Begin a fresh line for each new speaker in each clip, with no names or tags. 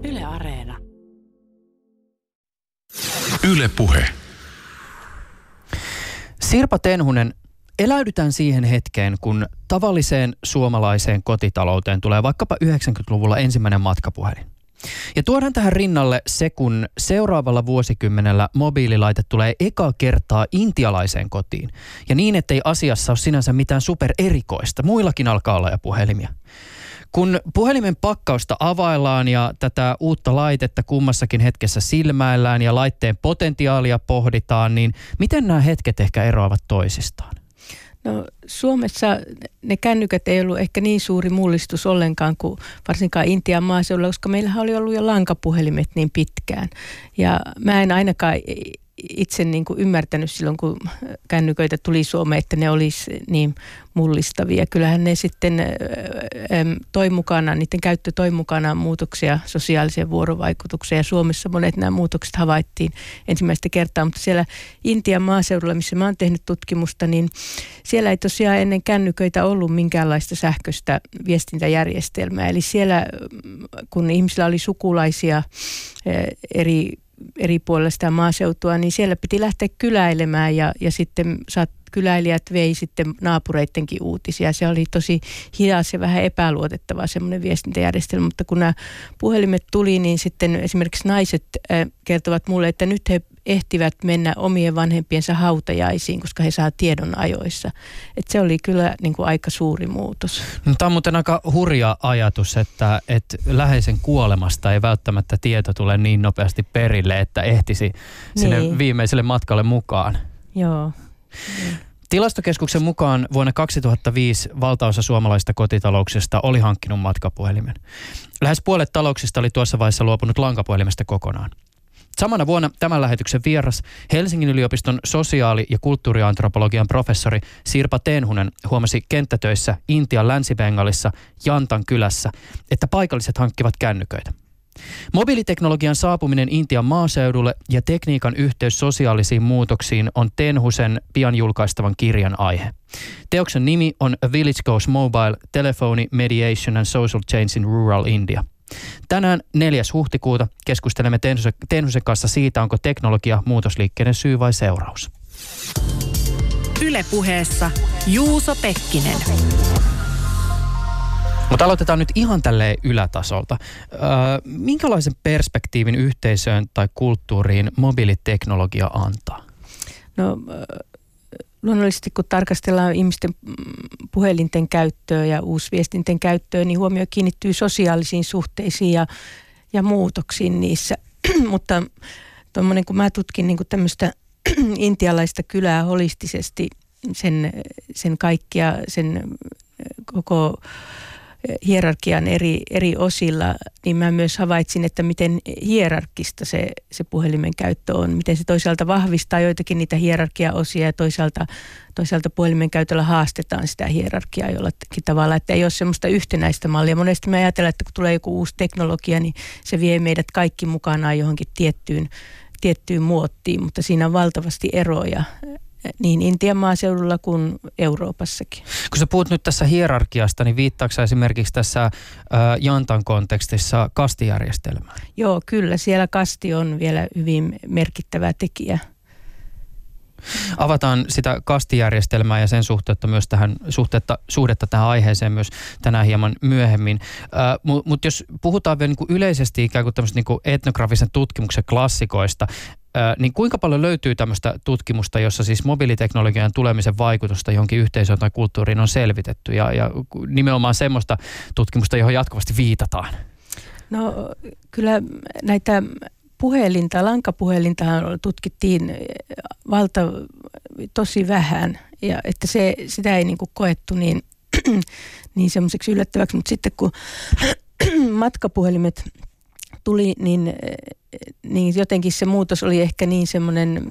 Yle Areena.
Yle Puhe.
Sirpa Tenhunen, eläydytään siihen hetkeen, kun tavalliseen suomalaiseen kotitalouteen tulee vaikkapa 90-luvulla ensimmäinen matkapuhelin. Ja tuodaan tähän rinnalle se, kun seuraavalla vuosikymmenellä mobiililaite tulee ekaa kertaa intialaiseen kotiin. Ja niin, ettei asiassa ole sinänsä mitään supererikoista. Muillakin alkaa olla jo puhelimia. Kun puhelimen pakkausta availlaan ja tätä uutta laitetta kummassakin hetkessä silmäillään ja laitteen potentiaalia pohditaan, niin miten nämä hetket ehkä eroavat toisistaan?
No Suomessa ne kännykät ei ollut ehkä niin suuri mullistus ollenkaan kuin varsinkaan Intian maaseudulla, koska meillähän oli ollut jo lankapuhelimet niin pitkään. Ja mä en ainakaan itse niin kuin ymmärtänyt silloin, kun kännyköitä tuli Suomeen, että ne olisi niin mullistavia. Kyllähän ne sitten toi mukana, niiden käyttö toi mukana muutoksia sosiaaliseen vuorovaikutukseen. Ja Suomessa monet nämä muutokset havaittiin ensimmäistä kertaa, mutta siellä Intian maaseudulla, missä mä oon tehnyt tutkimusta, niin siellä ei tosiaan ennen kännyköitä ollut minkäänlaista sähköistä viestintäjärjestelmää. Eli siellä, kun ihmisillä oli sukulaisia eri puolilla sitä maaseutua, niin siellä piti lähteä kyläilemään ja sitten kyläilijät vei sitten naapureittenkin uutisia. Se oli tosi hidas ja vähän epäluotettava semmoinen viestintäjärjestelmä, mutta kun nämä puhelimet tuli, niin sitten esimerkiksi naiset kertovat mulle, että nyt he ehtivät mennä omien vanhempiensa hautajaisiin, koska he saa tiedon ajoissa. Että se oli kyllä niin kuin aika suuri muutos.
No, tämä on muuten aika hurja ajatus, että läheisen kuolemasta ei välttämättä tieto tule niin nopeasti perille, että ehtisi sinne viimeiselle matkalle mukaan.
Joo.
Tilastokeskuksen mukaan vuonna 2005 valtaosa suomalaisista kotitalouksista oli hankkinut matkapuhelimen. Lähes puolet talouksista oli tuossa vaiheessa luopunut lankapuhelimesta kokonaan. Samana vuonna tämän lähetyksen vieras Helsingin yliopiston sosiaali- ja kulttuuriantropologian professori Sirpa Tenhunen huomasi kenttätöissä Intian Länsi-Bengalissa Jantan kylässä, että paikalliset hankkivat kännyköitä. Mobiiliteknologian saapuminen Intian maaseudulle ja tekniikan yhteys sosiaalisiin muutoksiin on Tenhusen pian julkaistavan kirjan aihe. Teoksen nimi on A Village Goes Mobile, Telephony, Mediation and Social Change in Rural India. Tänään 4. huhtikuuta keskustelemme Tenhusen kanssa siitä, onko teknologia muutosliikkeiden syy vai seuraus.
Yle Puheessa Juuso Pekkinen.
Mutta aloitetaan nyt ihan tälleen ylätasolta. Minkälaisen perspektiivin yhteisöön tai kulttuuriin mobiiliteknologia antaa?
No luonnollisesti kun tarkastellaan ihmisten puhelinten käyttöä ja uusviestinten käyttöä, niin huomio kiinnittyy sosiaalisiin suhteisiin ja muutoksiin niissä. Mutta tuommoinen, kun mä tutkin niin kuin tämmöistä intialaista kylää holistisesti, sen kaikkia, sen koko hierarkian eri osilla, niin mä myös havaitsin, että miten hierarkista se puhelimen käyttö on. Miten se toisaalta vahvistaa joitakin niitä hierarkiaosia ja toisaalta puhelimen käytöllä haastetaan sitä hierarkiaa jollakin tavalla, että ei ole semmoista yhtenäistä mallia. Monesti me ajatellaan, että kun tulee joku uusi teknologia, niin se vie meidät kaikki mukanaan johonkin tiettyyn muottiin, mutta siinä on valtavasti eroja niin Intian maaseudulla kuin Euroopassakin.
Kun sä puhut nyt tässä hierarkiasta, niin viittaatko sä esimerkiksi tässä Jantan kontekstissa kastijärjestelmään? Joo, kyllä. Siellä kasti on vielä hyvin merkittävä tekijä. Avataan sitä kastijärjestelmää ja sen suhdetta tähän aiheeseen myös tänään hieman myöhemmin. Mutta jos puhutaan vielä niin kuin yleisesti ikään kuin tämmöistä niin kuin etnografisen tutkimuksen klassikoista, niin kuinka paljon löytyy tämmöistä tutkimusta, jossa siis mobiiliteknologian tulemisen vaikutusta johonkin yhteisöön tai kulttuuriin on selvitetty ja nimenomaan semmoista tutkimusta, johon jatkuvasti viitataan? No kyllä näitä lankapuhelintahan tutkittiin tosi vähän ja että sitä ei niin kuin koettu niin semmoiseksi yllättäväksi, mutta sitten kun matkapuhelimet tuli, niin jotenkin se muutos oli ehkä niin semmoinen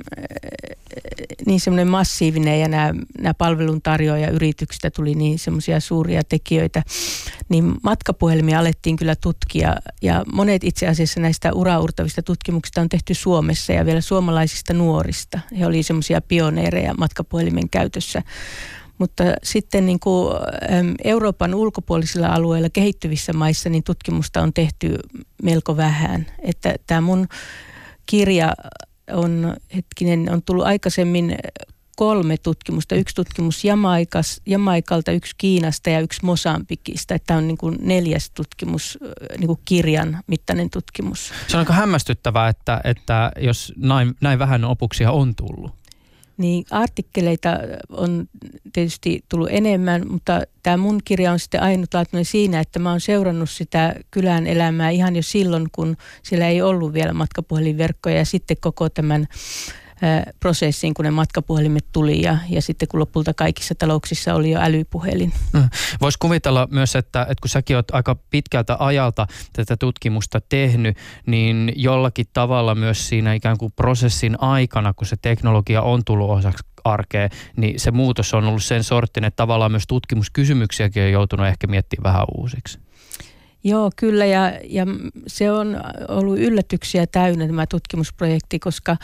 massiivinen ja nämä palveluntarjoajayrityksistä tuli niin semmoisia suuria tekijöitä, niin matkapuhelimia alettiin kyllä tutkia ja monet itse asiassa näistä uraurtavista tutkimuksista on tehty Suomessa ja vielä suomalaisista nuorista. He olivat semmoisia pioneereja matkapuhelimen käytössä.
Mutta sitten niin kuin Euroopan ulkopuolisilla alueilla kehittyvissä maissa niin tutkimusta on tehty melko vähän. Että tämä mun kirja on tullut aikaisemmin 3 tutkimusta. 1 tutkimus Jamaikalta, 1 Kiinasta ja 1 Mosambikista. Tämä on niin kuin 4. tutkimus, niin kuin kirjan mittainen tutkimus.
Se on aika hämmästyttävää, että jos näin vähän opuksia on tullut.
Niin artikkeleita on tietysti tullut enemmän, mutta tämä mun kirja on sitten ainutlaatuinen siinä, että mä oon seurannut sitä kylän elämää ihan jo silloin, kun siellä ei ollut vielä matkapuhelinverkkoja ja sitten koko tämän prosessiin, kun ne matkapuhelimet tuli ja sitten kun lopulta kaikissa talouksissa oli jo älypuhelin.
Voisi kuvitella myös, että kun säkin olet aika pitkältä ajalta tätä tutkimusta tehnyt, niin jollakin tavalla myös siinä ikään kuin prosessin aikana, kun se teknologia on tullut osaksi arkea, niin se muutos on ollut sen sorttinen, että tavallaan myös tutkimuskysymyksiäkin on joutunut ehkä miettimään vähän uusiksi.
Joo, kyllä ja se on ollut yllätyksiä täynnä tämä tutkimusprojekti, koska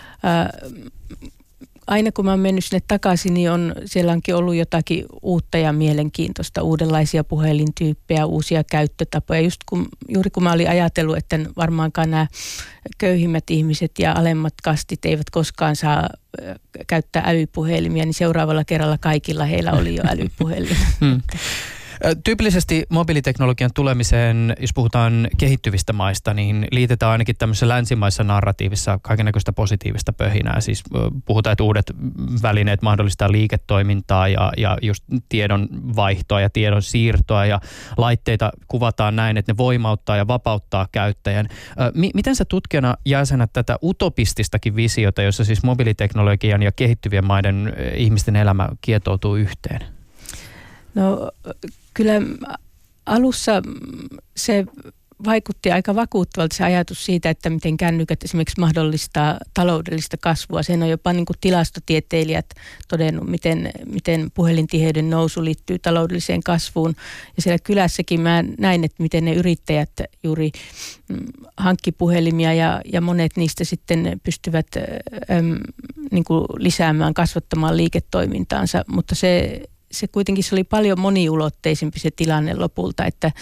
aina kun mä oon mennyt sinne takaisin, niin siellä onkin ollut jotakin uutta ja mielenkiintoista, uudenlaisia puhelintyyppejä, uusia käyttötapoja. Juuri kun mä olin ajatellut, että varmaankaan nämä köyhimmät ihmiset ja alemmat kastit eivät koskaan saa käyttää älypuhelimia, niin seuraavalla kerralla kaikilla heillä oli jo älypuhelin.
Tyypillisesti mobiiliteknologian tulemiseen, jos puhutaan kehittyvistä maista, niin liitetään ainakin tämmöisessä länsimaisessa narratiivissa kaikennäköistä positiivista pöhinää. Siis puhutaan, että uudet välineet mahdollistaa liiketoimintaa ja just tiedon vaihtoa ja tiedon siirtoa ja laitteita kuvataan näin, että ne voimauttaa ja vapauttaa käyttäjän. Miten sä tutkijana jäsenät tätä utopististakin visiota, jossa siis mobiiliteknologian ja kehittyvien maiden ihmisten elämä kietoutuu yhteen?
No kyllä alussa se vaikutti aika vakuuttavalta se ajatus siitä, että miten kännykät esimerkiksi mahdollistaa taloudellista kasvua. Sen on jopa niin kuin tilastotieteilijät todennut, miten puhelintiheyden nousu liittyy taloudelliseen kasvuun. Ja siellä kylässäkin mä näin, että miten ne yrittäjät juuri hankki puhelimia ja monet niistä sitten pystyvät niin kuin lisäämään, kasvattamaan liiketoimintaansa, mutta se kuitenkin se oli paljon moniulotteisempi se tilanne lopulta, että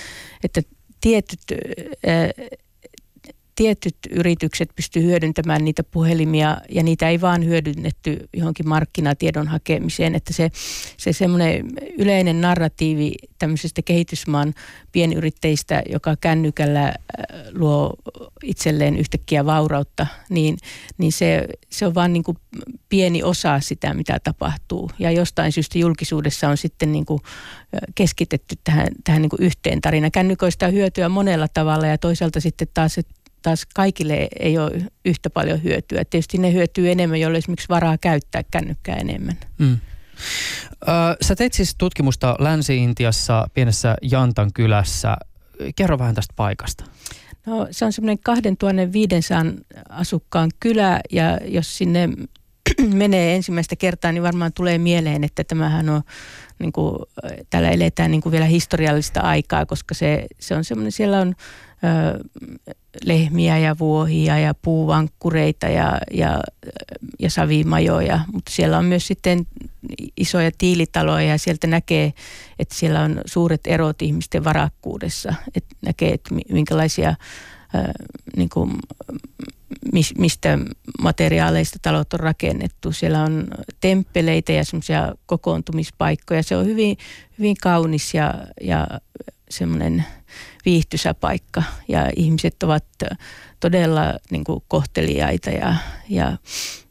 tietyt yritykset pystyivät hyödyntämään niitä puhelimia ja niitä ei vaan hyödynnetty johonkin markkinatiedon hakemiseen, että se semmoinen yleinen narratiivi tämmöisestä kehitysmaan pienyrittäjistä, joka kännykällä luo itselleen yhtäkkiä vaurautta, niin se on vaan niin kuin pieni osa sitä, mitä tapahtuu. Ja jostain syystä julkisuudessa on sitten niin kuin keskitetty tähän niin kuin yhteen tarinaan. Kännyköistä on hyötyä monella tavalla ja toisaalta sitten taas kaikille ei ole yhtä paljon hyötyä. Tietysti ne hyötyy enemmän, joille esimerkiksi varaa käyttää kännykkää enemmän.
Sä teit siis tutkimusta Länsi-Intiassa pienessä Jantan kylässä. Kerro vähän tästä paikasta.
No, se on semmoinen 2500 asukkaan kylä ja jos sinne menee ensimmäistä kertaa, niin varmaan tulee mieleen, että tämähän on, niin kuin, täällä eletään niin kuin vielä historiallista aikaa, koska se on semmoinen, siellä on lehmiä ja vuohia ja puuvankkureita ja savimajoja, mutta siellä on myös sitten isoja tiilitaloja ja sieltä näkee, että siellä on suuret erot ihmisten varakkuudessa, että näkee, että minkälaisia niin kuin, mistä materiaaleista talot on rakennettu. Siellä on temppeleitä ja semmoisia kokoontumispaikkoja. Se on hyvin, hyvin kaunis ja semmoinen viihtyisä paikka ja ihmiset ovat todella niin kuin kohteliaita ja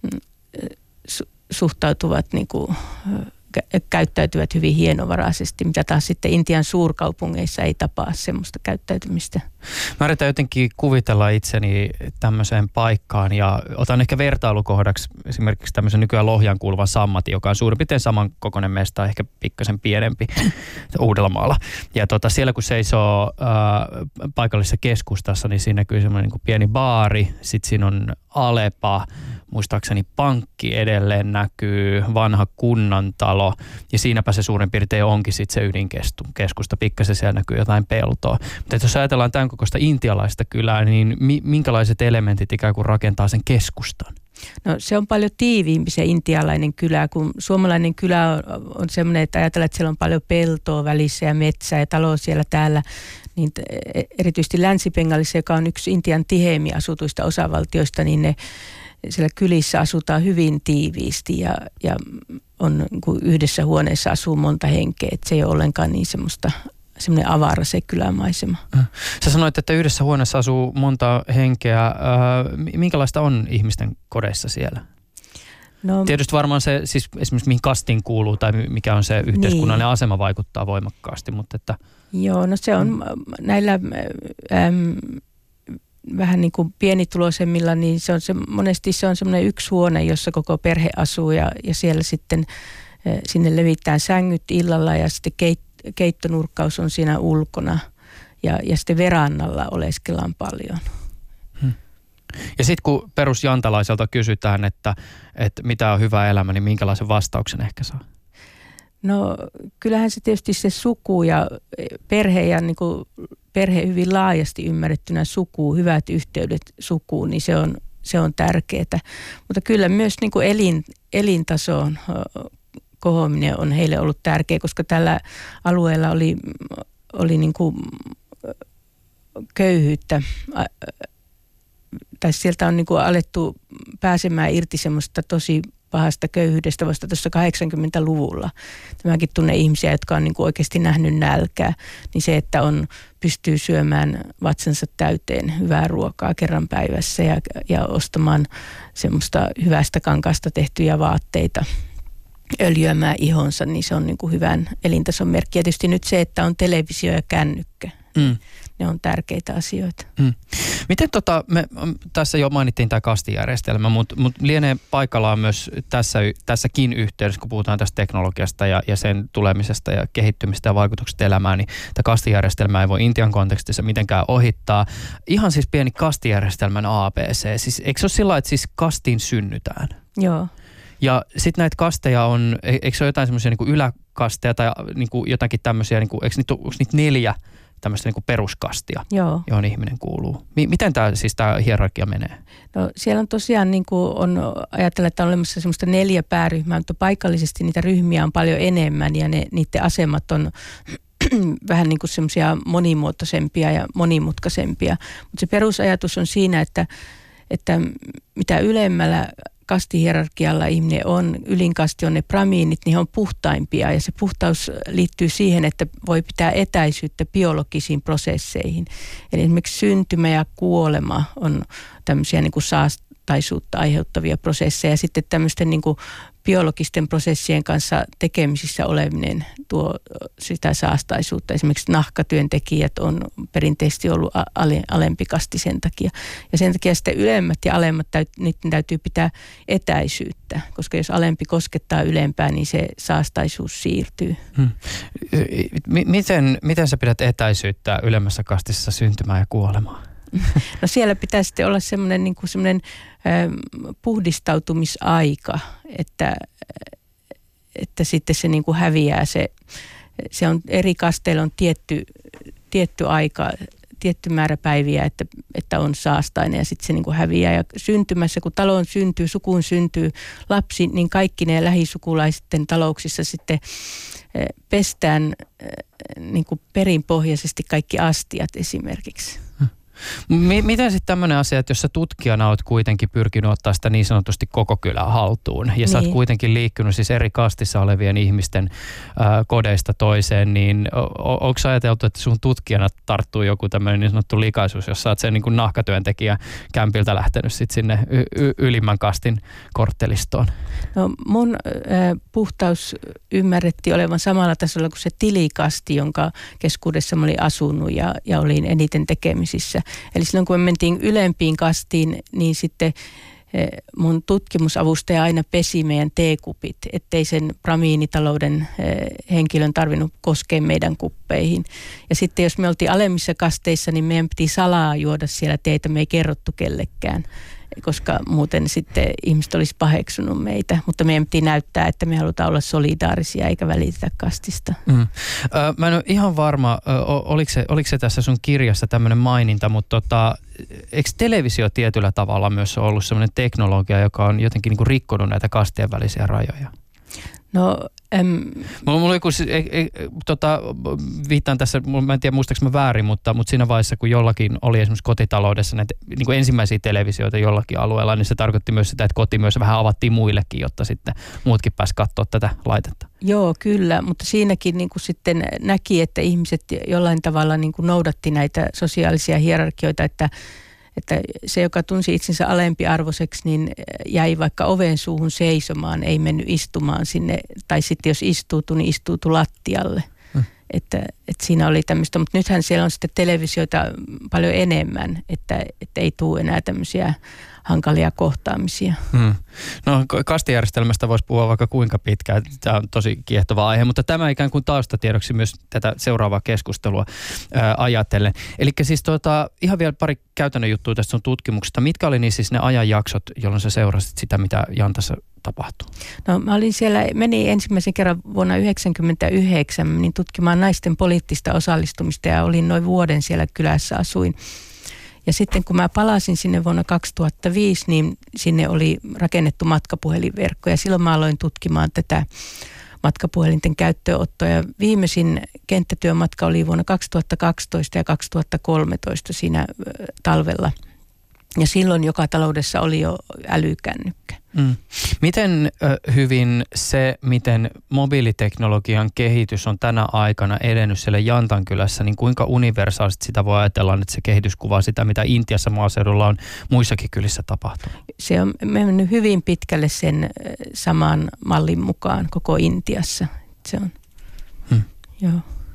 suhtautuvat niin kuin, käyttäytyvät hyvin hienovaraisesti, mitä taas sitten Intian suurkaupungeissa ei tapaa semmoista käyttäytymistä.
Mä yritän jotenkin kuvitella itseni tämmöiseen paikkaan ja otan ehkä vertailukohdaksi esimerkiksi tämmöisen nykyään Lohjan kuuluvan Sammatin, joka on suurin piirtein samankokoinen mesta, ehkä pikkasen pienempi Uudellamaalla. Ja siellä kun seisoo paikallisessa keskustassa, niin siinä näkyy semmoinen niin kuin pieni baari, sitten siinä on Alepa, muistaakseni pankki edelleen näkyy, vanha kunnantalo ja siinäpä se suurin piirtein onkin sitten se ydinkeskusta. Pikkasen siellä näkyy jotain peltoa. Mutta jos ajatellaan tämän kokoista intialaista kylää, niin minkälaiset elementit ikään kuin rakentaa sen keskustan?
No se on paljon tiiviimpi se intialainen kylä, kun suomalainen kylä on semmoinen, että ajatellaan, että siellä on paljon peltoa välissä ja metsää ja talo siellä täällä. Niin erityisesti Länsi-Bengalissa, joka on yksi Intian tiheimmin asutuista osavaltioista, niin siellä kylissä asutaan hyvin tiiviisti ja on niin kuin yhdessä huoneessa asuu monta henkeä, että se ei ole ollenkaan niin semmoinen avara se kylämaisema.
Sä sanoit, että yhdessä huoneessa asuu monta henkeä. Minkälaista on ihmisten kodeissa siellä? No, tietysti varmaan se, siis esimerkiksi mihin kastiin kuuluu tai mikä on se yhteiskunnallinen asema vaikuttaa voimakkaasti, mutta että...
Joo, no se on näillä vähän niin kuin pienituloisemmilla, niin monesti se on semmoinen yksi huone, jossa koko perhe asuu ja siellä sitten sinne levitään sängyt illalla ja sitten keittonurkkaus on siinä ulkona ja sitten verannalla oleskellaan paljon.
Ja sitten kun perusjantalaiselta kysytään, että mitä on hyvä elämä, niin minkälaisen vastauksen ehkä saa?
No kyllähän se tietysti se suku ja perhe ja niin kuin perhe hyvin laajasti ymmärrettynä suku, hyvät yhteydet sukuun, niin se on tärkeää. Mutta kyllä myös niin kuin elintason kohominen on heille ollut tärkeä, koska tällä alueella oli niin kuin köyhyyttä. Tai sieltä on niin kuin alettu pääsemään irti semmoista tosi pahasta köyhyydestä vasta tuossa 80-luvulla. Tämäkin tunne ihmisiä, jotka on niin kuin oikeasti nähnyt nälkää, niin se, että pystyy syömään vatsansa täyteen hyvää ruokaa kerran päivässä ja ostamaan semmoista hyvästä kankaasta tehtyjä vaatteita, öljyämään ihonsa, niin se on niin kuin hyvän elintason merkki. Ja tietysti nyt se, että on televisio ja kännykkä. Ne on tärkeitä asioita.
Miten tässä jo mainittiin tämä kastijärjestelmä, mutta lienee paikallaan myös tässäkin yhteydessä, kun puhutaan tästä teknologiasta ja sen tulemisesta ja kehittymistä ja vaikutuksesta elämään, niin tämä kastijärjestelmä ei voi Intian kontekstissa mitenkään ohittaa. Ihan siis pieni kastijärjestelmän ABC. Siis, eikö se ole sillä lailla, että siis kastiin synnytään?
Joo.
Ja sitten näitä kasteja on, eikö se ole jotain semmoisia niin yläkasteja tai niin jotakin tämmöisiä, niin onko niitä 4 tämmöistä niin peruskastia,
Joo.
johon ihminen kuuluu? Miten tämä hierarkia menee?
No siellä on tosiaan, niin kuin ajatella, että on olemassa semmoista 4 pääryhmää, mutta paikallisesti niitä ryhmiä on paljon enemmän ja niiden asemat on vähän niin kuin semmoisia monimuotoisempia ja monimutkaisempia. Mutta se perusajatus on siinä, että mitä ylemmällä kastihierarkialla ihminen on, ylin kasti on ne brahmiinit, niin he on puhtaimpia ja se puhtaus liittyy siihen, että voi pitää etäisyyttä biologisiin prosesseihin. Eli esimerkiksi syntymä ja kuolema on tämmöisiä niin kuin saastaisuutta aiheuttavia prosesseja ja sitten tämmöisten niin kuin biologisten prosessien kanssa tekemisissä oleminen tuo sitä saastaisuutta. Esimerkiksi nahkatyöntekijät on perinteisesti ollut alempi kasti sen takia. Ja sen takia sitten ylemmät ja alemmat, niiden täytyy pitää etäisyyttä, koska jos alempi koskettaa ylempää, niin se saastaisuus siirtyy.
Miten sä pidät etäisyyttä ylemmässä kastissa syntymään ja kuolemaan?
No siellä pitää sitten olla semmoinen niin kuin semmoinen puhdistautumisaika, että sitten se niin kuin häviää. Se on eri kasteilla on tietty aika, tietty määrä päiviä, että on saastainen ja sitten se niin kuin häviää. Ja syntymässä, kun taloon syntyy, sukuun syntyy lapsi, niin kaikki ne lähisukulaisten talouksissa sitten pestään niin kuin perinpohjaisesti kaikki astiat esimerkiksi.
Miten sitten tämmöinen asia, että jos sä tutkijana oot kuitenkin pyrkinyt ottaa sitä niin sanotusti koko kylän haltuun ja sä oot kuitenkin liikkunut siis eri kastissa olevien ihmisten kodeista toiseen, niin onko ajateltu, että sun tutkijana tarttuu joku tämmöinen niin sanottu likaisuus, jos sä oot sen niin kuin nahkatyöntekijä kämpiltä lähtenyt sitten sinne ylimmän kastin korttelistoon?
No mun puhtaus ymmärrettiin olevan samalla tasolla kuin se tilikasti, jonka keskuudessa mä olin asunut ja olin eniten tekemisissä. Eli silloin kun me mentiin ylempiin kastiin, niin sitten mun tutkimusavustaja aina pesi meidän teekupit, ettei sen brahmiinitalouden henkilön tarvinnut koskea meidän kuppeihin. Ja sitten jos me oltiin alemmissa kasteissa, niin meidän piti salaa juoda siellä teitä, me ei kerrottu kellekään. koska muuten sitten ihmiset olisi paheksunut meitä. Mutta meidän piti näyttää, että me halutaan olla solidaarisia eikä välitetä kastista.
Mä en ole ihan varma, oliko se tässä sun kirjassa tämmöinen maininta, mutta eikö televisio tietyllä tavalla myös ole ollut semmoinen teknologia, joka on jotenkin niin kuin rikkonut näitä kastien välisiä rajoja?
No,
Mulla joku, viittaan tässä, mä en tiedä muistaaks mä väärin, mutta siinä vaiheessa, kun jollakin oli esimerkiksi kotitaloudessa näitä niin kuin ensimmäisiä televisioita jollakin alueella, niin se tarkoitti myös sitä, että koti myös vähän avattiin muillekin, jotta sitten muutkin pääsi katsoa tätä laitetta.
Joo, kyllä, mutta siinäkin niin kuin sitten näki, että ihmiset jollain tavalla niin kuin noudatti näitä sosiaalisia hierarkioita, että se, joka tunsi itsensä alempiarvoiseksi, niin jäi vaikka oven suuhun seisomaan, ei mennyt istumaan sinne, tai sitten jos istuutui, niin istuutui lattialle. Että siinä oli tämmöistä, mutta nythän siellä on sitten televisioita paljon enemmän, että ei tule enää tämmöisiä hankalia kohtaamisia.
No kastijärjestelmästä voisi puhua vaikka kuinka pitkään. Tämä on tosi kiehtova aihe, mutta tämä ikään kuin taustatiedoksi myös tätä seuraavaa keskustelua ajatellen. Eli siis ihan vielä pari käytännön juttua tästä sun tutkimuksesta. Mitkä oli niin siis ne ajanjaksot, jolloin sä seurasit sitä, mitä Jantassa tapahtui?
No mä olin siellä, menin ensimmäisen kerran vuonna 1999 niin tutkimaan naisten poliittista osallistumista ja olin noin vuoden siellä kylässä, asuin. Ja sitten kun mä palasin sinne vuonna 2005, niin sinne oli rakennettu matkapuhelinverkko ja silloin mä aloin tutkimaan tätä matkapuhelinten käyttöönottoa. Ja viimeisin kenttätyömatka oli vuonna 2012 ja 2013 siinä talvella. Ja silloin joka taloudessa oli jo älykännykkä.
Miten hyvin miten mobiiliteknologian kehitys on tänä aikana edennyt siellä Jantankylässä, niin kuinka universaalisesti sitä voi ajatella, että se kehitys kuvaa sitä, mitä Intiassa maaseudulla on muissakin kylissä tapahtunut?
Se on mennyt hyvin pitkälle sen saman mallin mukaan koko Intiassa. Se on, joo.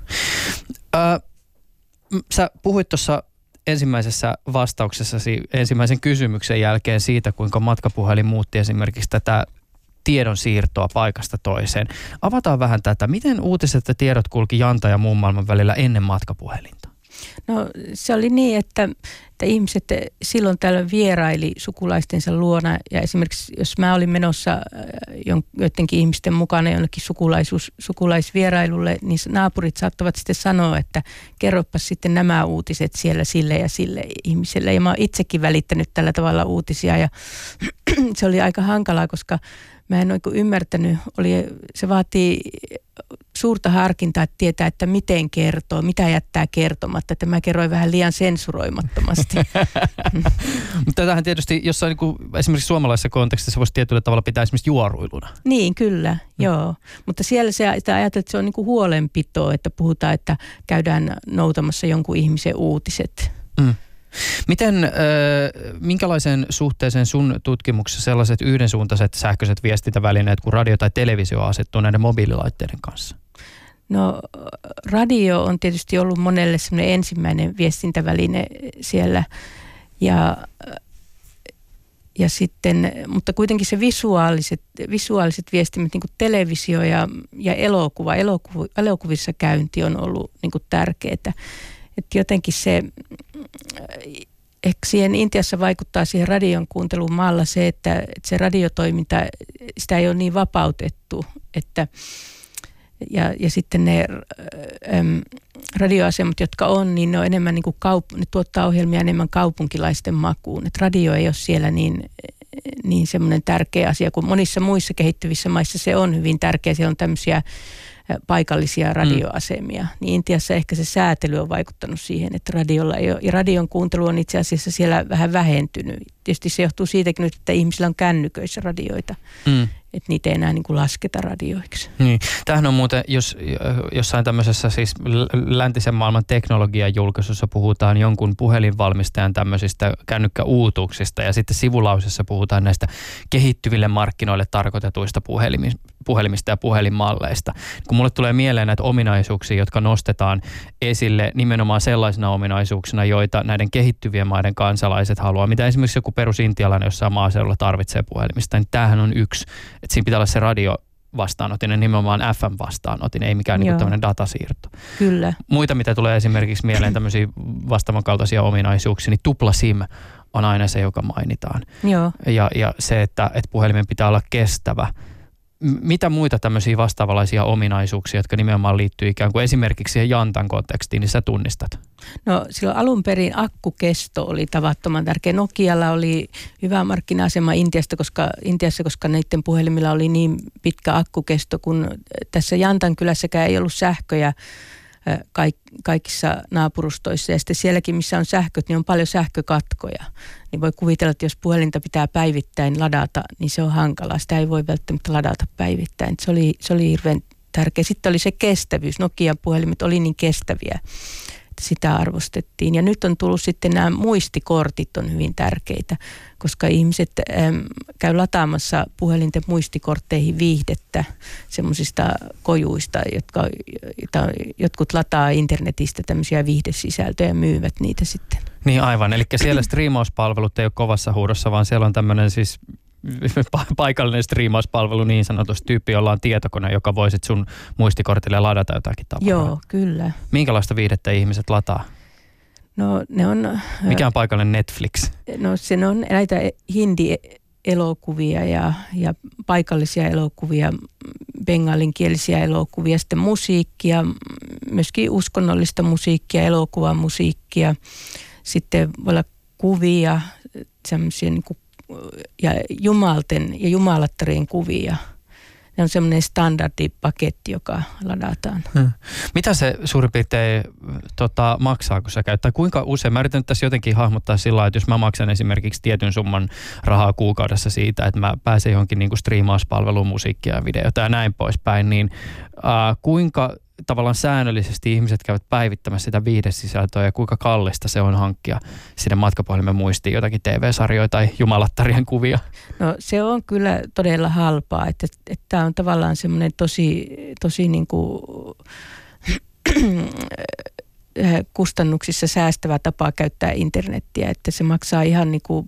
Sä puhuit tuossa ensimmäisessä vastauksessasi ensimmäisen kysymyksen jälkeen siitä, kuinka matkapuhelin muutti esimerkiksi tätä tiedon siirtoa paikasta toiseen. Avataan vähän tätä. Miten uutiset ja tiedot kulki Janta ja muun maailman välillä ennen matkapuhelinta?
No se oli niin, että ihmiset silloin tällöin vieraili sukulaistensa luona ja esimerkiksi jos mä olin menossa joidenkin ihmisten mukana jonnekin sukulaisvierailulle, niin naapurit saattavat sitten sanoa, että kerropas sitten nämä uutiset siellä sille ja sille ihmiselle. Ja mä oon itsekin välittänyt tällä tavalla uutisia ja se oli aika hankalaa, koska mä en oikein ymmärtänyt, se vaatii suurta harkintaa, että tietää, että miten kertoo, mitä jättää kertomatta. Että mä kerroin vähän liian sensuroimattomasti.
Mutta tätähän tietysti jossain niin kuin esimerkiksi suomalaisessa kontekstissa voisi tietyllä tavalla pitää esimerkiksi juoruiluna.
Niin, kyllä, joo. Mutta siellä sitä ajatellaan, että se on niin kuin huolenpitoa, että puhutaan, että käydään noutamassa jonkun ihmisen uutiset.
Minkälaisen suhteeseen sun tutkimuksessa sellaiset yhdensuuntaiset sähköiset viestintävälineet kuin radio tai televisio asettuu näiden mobiililaitteiden kanssa?
No radio on tietysti ollut monelle semmoinen ensimmäinen viestintäväline siellä ja sitten, mutta kuitenkin se visuaaliset viestimet, niin kuin televisio ja elokuvissa käynti on ollut niin kuin tärkeää. Että jotenkin ehkä siihen Intiassa vaikuttaa siihen radion kuunteluun maalla se, että se radiotoiminta, sitä ei ole niin vapautettu, ja sitten ne radioasemat, jotka on, niin ne on enemmän niin kuin ne tuottaa ohjelmia enemmän kaupunkilaisten makuun. Että radio ei ole siellä niin semmoinen tärkeä asia, kuin monissa muissa kehittyvissä maissa se on hyvin tärkeä. Siellä on tämmöisiä paikallisia radioasemia. Niin Intiassa ehkä se säätely on vaikuttanut siihen, että radiolla ei ole, ja radion kuuntelu on itse asiassa siellä vähän vähentynyt. Tietysti se johtuu siitäkin nyt, että ihmisillä on kännyköissä radioita, että niitä ei enää niin kuin lasketa radioiksi. Niin.
Tämähän on muuten, jos jossain tämmöisessä siis läntisen maailman teknologian julkaisussa puhutaan jonkun puhelinvalmistajan tämmöisistä kännykkäuutuuksista ja sitten sivulausessa puhutaan näistä kehittyville markkinoille tarkoitetuista puhelimista ja puhelinmalleista. Kun mulle tulee mieleen näitä ominaisuuksia, jotka nostetaan esille nimenomaan sellaisina ominaisuuksina, joita näiden kehittyvien maiden kansalaiset haluaa, mitä esimerkiksi joku perusintialainen jossain maaseudulla tarvitsee puhelimista, niin tämähän on yksi, että siinä pitää olla se radio-vastaanotin ja nimenomaan FM-vastaanotin, ei mikään niin tämmöinen datasiirto.
Kyllä.
Muita, mitä tulee esimerkiksi mieleen tämmöisiä vastaavan kaltaisia ominaisuuksia, niin tupla SIM on aina se, joka mainitaan.
Joo.
Ja se, että puhelimen pitää olla kestävä. Mitä muita tämmöisiä vastaavanlaisia ominaisuuksia, jotka nimenomaan liittyy ikään kuin esimerkiksi siihen jantan kontekstiin, niin sä tunnistat?
No silloin alun perin akkukesto oli tavattoman tärkeä. Nokialla oli hyvä markkina-asema Intiassa, koska näiden puhelimilla oli niin pitkä akkukesto, kun tässä Jantan kylässäkään ei ollut sähköjä kaikissa naapurustoissa. Ja sitten sielläkin, missä on sähköt, niin on paljon sähkökatkoja. Niin voi kuvitella, että jos puhelinta pitää päivittäin ladata, niin se on hankalaa. Sitä ei voi välttämättä ladata päivittäin. Se oli hirveän tärkeä. Sitten oli se kestävyys. Nokian puhelimet oli niin kestäviä, että sitä arvostettiin. Ja nyt on tullut sitten nämä muistikortit on hyvin tärkeitä, koska ihmiset käy lataamassa puhelinten muistikortteihin viihdettä semmoisista kojuista, jotkut lataa internetistä tämmöisiä viihdesisältöjä ja myyvät niitä sitten.
Niin aivan, eli siellä striimauspalvelut ei ole kovassa huudossa, vaan siellä on tämmöinen siis paikallinen striimauspalvelu niin sanotusti, tyyppi, jolla on tietokone, joka voi sitten sun muistikortille ladata jotakin tavaraa.
Joo, kyllä.
Minkälaista viihdettä ihmiset lataa?
No ne on...
Mikä on paikallinen Netflix?
No se on näitä hindi-elokuvia ja paikallisia elokuvia, bengalinkielisiä elokuvia, sitten musiikkia, myöskin uskonnollista musiikkia, elokuvamusiikkia, sitten voi olla kuvia, semmoisia niin kuin ja jumalten ja jumalattarien kuvia. Ne on semmoinen standardipaketti, joka ladataan.
Mitä se suurin piirtein maksaa, kun sä käyt? Tai kuinka usein? Mä yritän tässä jotenkin hahmottaa sillä lailla, että jos mä maksan esimerkiksi tietyn summan rahaa kuukaudessa siitä, että mä pääsen johonkin niin kuin striimauspalveluun, musiikkia ja videota ja näin poispäin, niin kuinka tavallaan säännöllisesti ihmiset käyvät päivittämässä sitä viihdesisältöä ja kuinka kallista se on hankkia sinne matkapuhelimen muistiin jotakin TV-sarjoja tai jumalattarien kuvia? No
se on kyllä todella halpaa, että tämä on tavallaan semmoinen tosi niin kuin kustannuksissa säästävä tapa käyttää internettiä, että se maksaa ihan niin kuin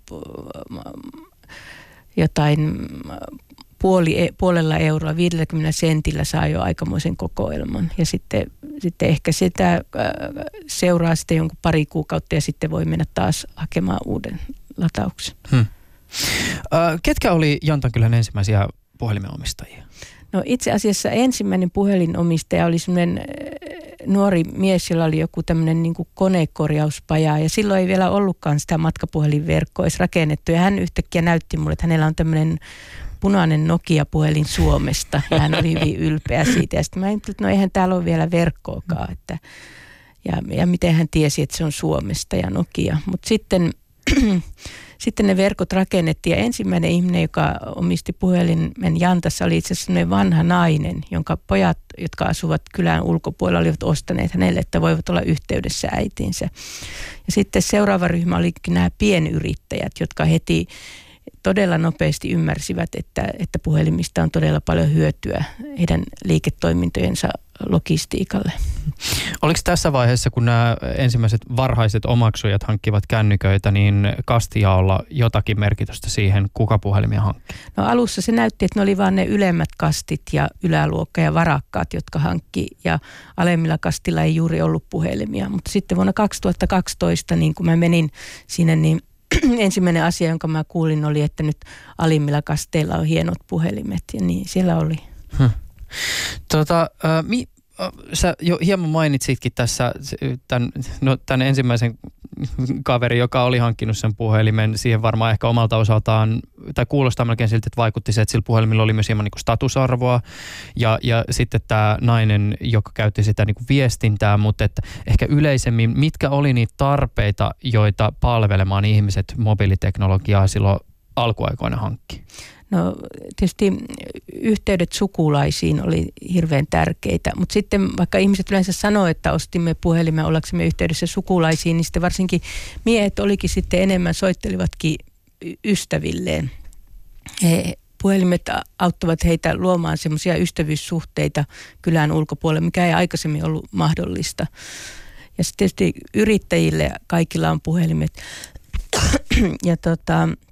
jotain puolella euroa, 50 sentillä saa jo aikamoisen kokoelman. Ja sitten ehkä sitä seuraa sitten jonkun pari kuukautta ja sitten voi mennä taas hakemaan uuden latauksen.
Ketkä oli Jantankylän ensimmäisiä puhelimenomistajia?
No itse asiassa ensimmäinen puhelinomistaja oli semmoinen nuori mies, jolla oli joku tämmöinen niin kuin konekorjauspaja ja silloin ei vielä ollutkaan sitä matkapuhelinverkkoa edes rakennettu ja hän yhtäkkiä näytti mulle, että hänellä on tämmöinen punainen Nokia-puhelin Suomesta ja hän oli hyvin ylpeä siitä. Ja sitten mä ajattelin, että no eihän täällä ole vielä verkkoakaan. Ja miten hän tiesi, että se on Suomesta ja Nokia. Mutta sitten ne verkot rakennettiin ja ensimmäinen ihminen, joka omisti puhelimen Jantassa, oli itse asiassa sellainen vanha nainen, jonka pojat, jotka asuvat kylän ulkopuolella, olivat ostaneet hänelle, että voivat olla yhteydessä äitinsä. Ja sitten seuraava ryhmä olikin nämä pienyrittäjät, jotka heti todella nopeasti ymmärsivät, että puhelimista on todella paljon hyötyä heidän liiketoimintojensa logistiikalle.
Oliko tässä vaiheessa, kun nämä ensimmäiset varhaiset omaksujat hankkivat kännyköitä, niin kastijaolla jotakin merkitystä siihen, kuka puhelimia hankki?
No alussa se näytti, että ne oli vain ne ylemmät kastit ja yläluokka ja varakkaat, jotka hankki ja alemmilla kastilla ei juuri ollut puhelimia. Mutta sitten vuonna 2012, niin kun mä menin sinne, niin ensimmäinen asia, jonka mä kuulin, oli, että nyt alimmilla kasteilla on hienot puhelimet ja niin siellä oli.
Sä jo hieman mainitsitkin tässä tämän ensimmäisen kaveri, joka oli hankkinut sen puhelimen. Siihen varmaan ehkä omalta osaltaan, tai kuulostaa melkein siltä, että vaikutti se, että sillä puhelimella oli myös hieman niin kuin statusarvoa. Ja sitten tämä nainen, joka käytti sitä niin kuin viestintää, mutta että ehkä yleisemmin, mitkä oli niitä tarpeita, joita palvelemaan ihmiset mobiiliteknologiaa silloin alkuaikoina hankki?
No tietysti yhteydet sukulaisiin oli hirveän tärkeitä, mutta sitten vaikka ihmiset yleensä sanoo, että ostimme puhelimen ollaksemme yhteydessä sukulaisiin, niin sitten varsinkin miehet olikin sitten enemmän, soittelivatkin ystävilleen. Puhelimet auttavat heitä luomaan semmoisia ystävyyssuhteita kylän ulkopuolella, mikä ei aikaisemmin ollut mahdollista. Ja sitten tietysti yrittäjille kaikilla on puhelimet ja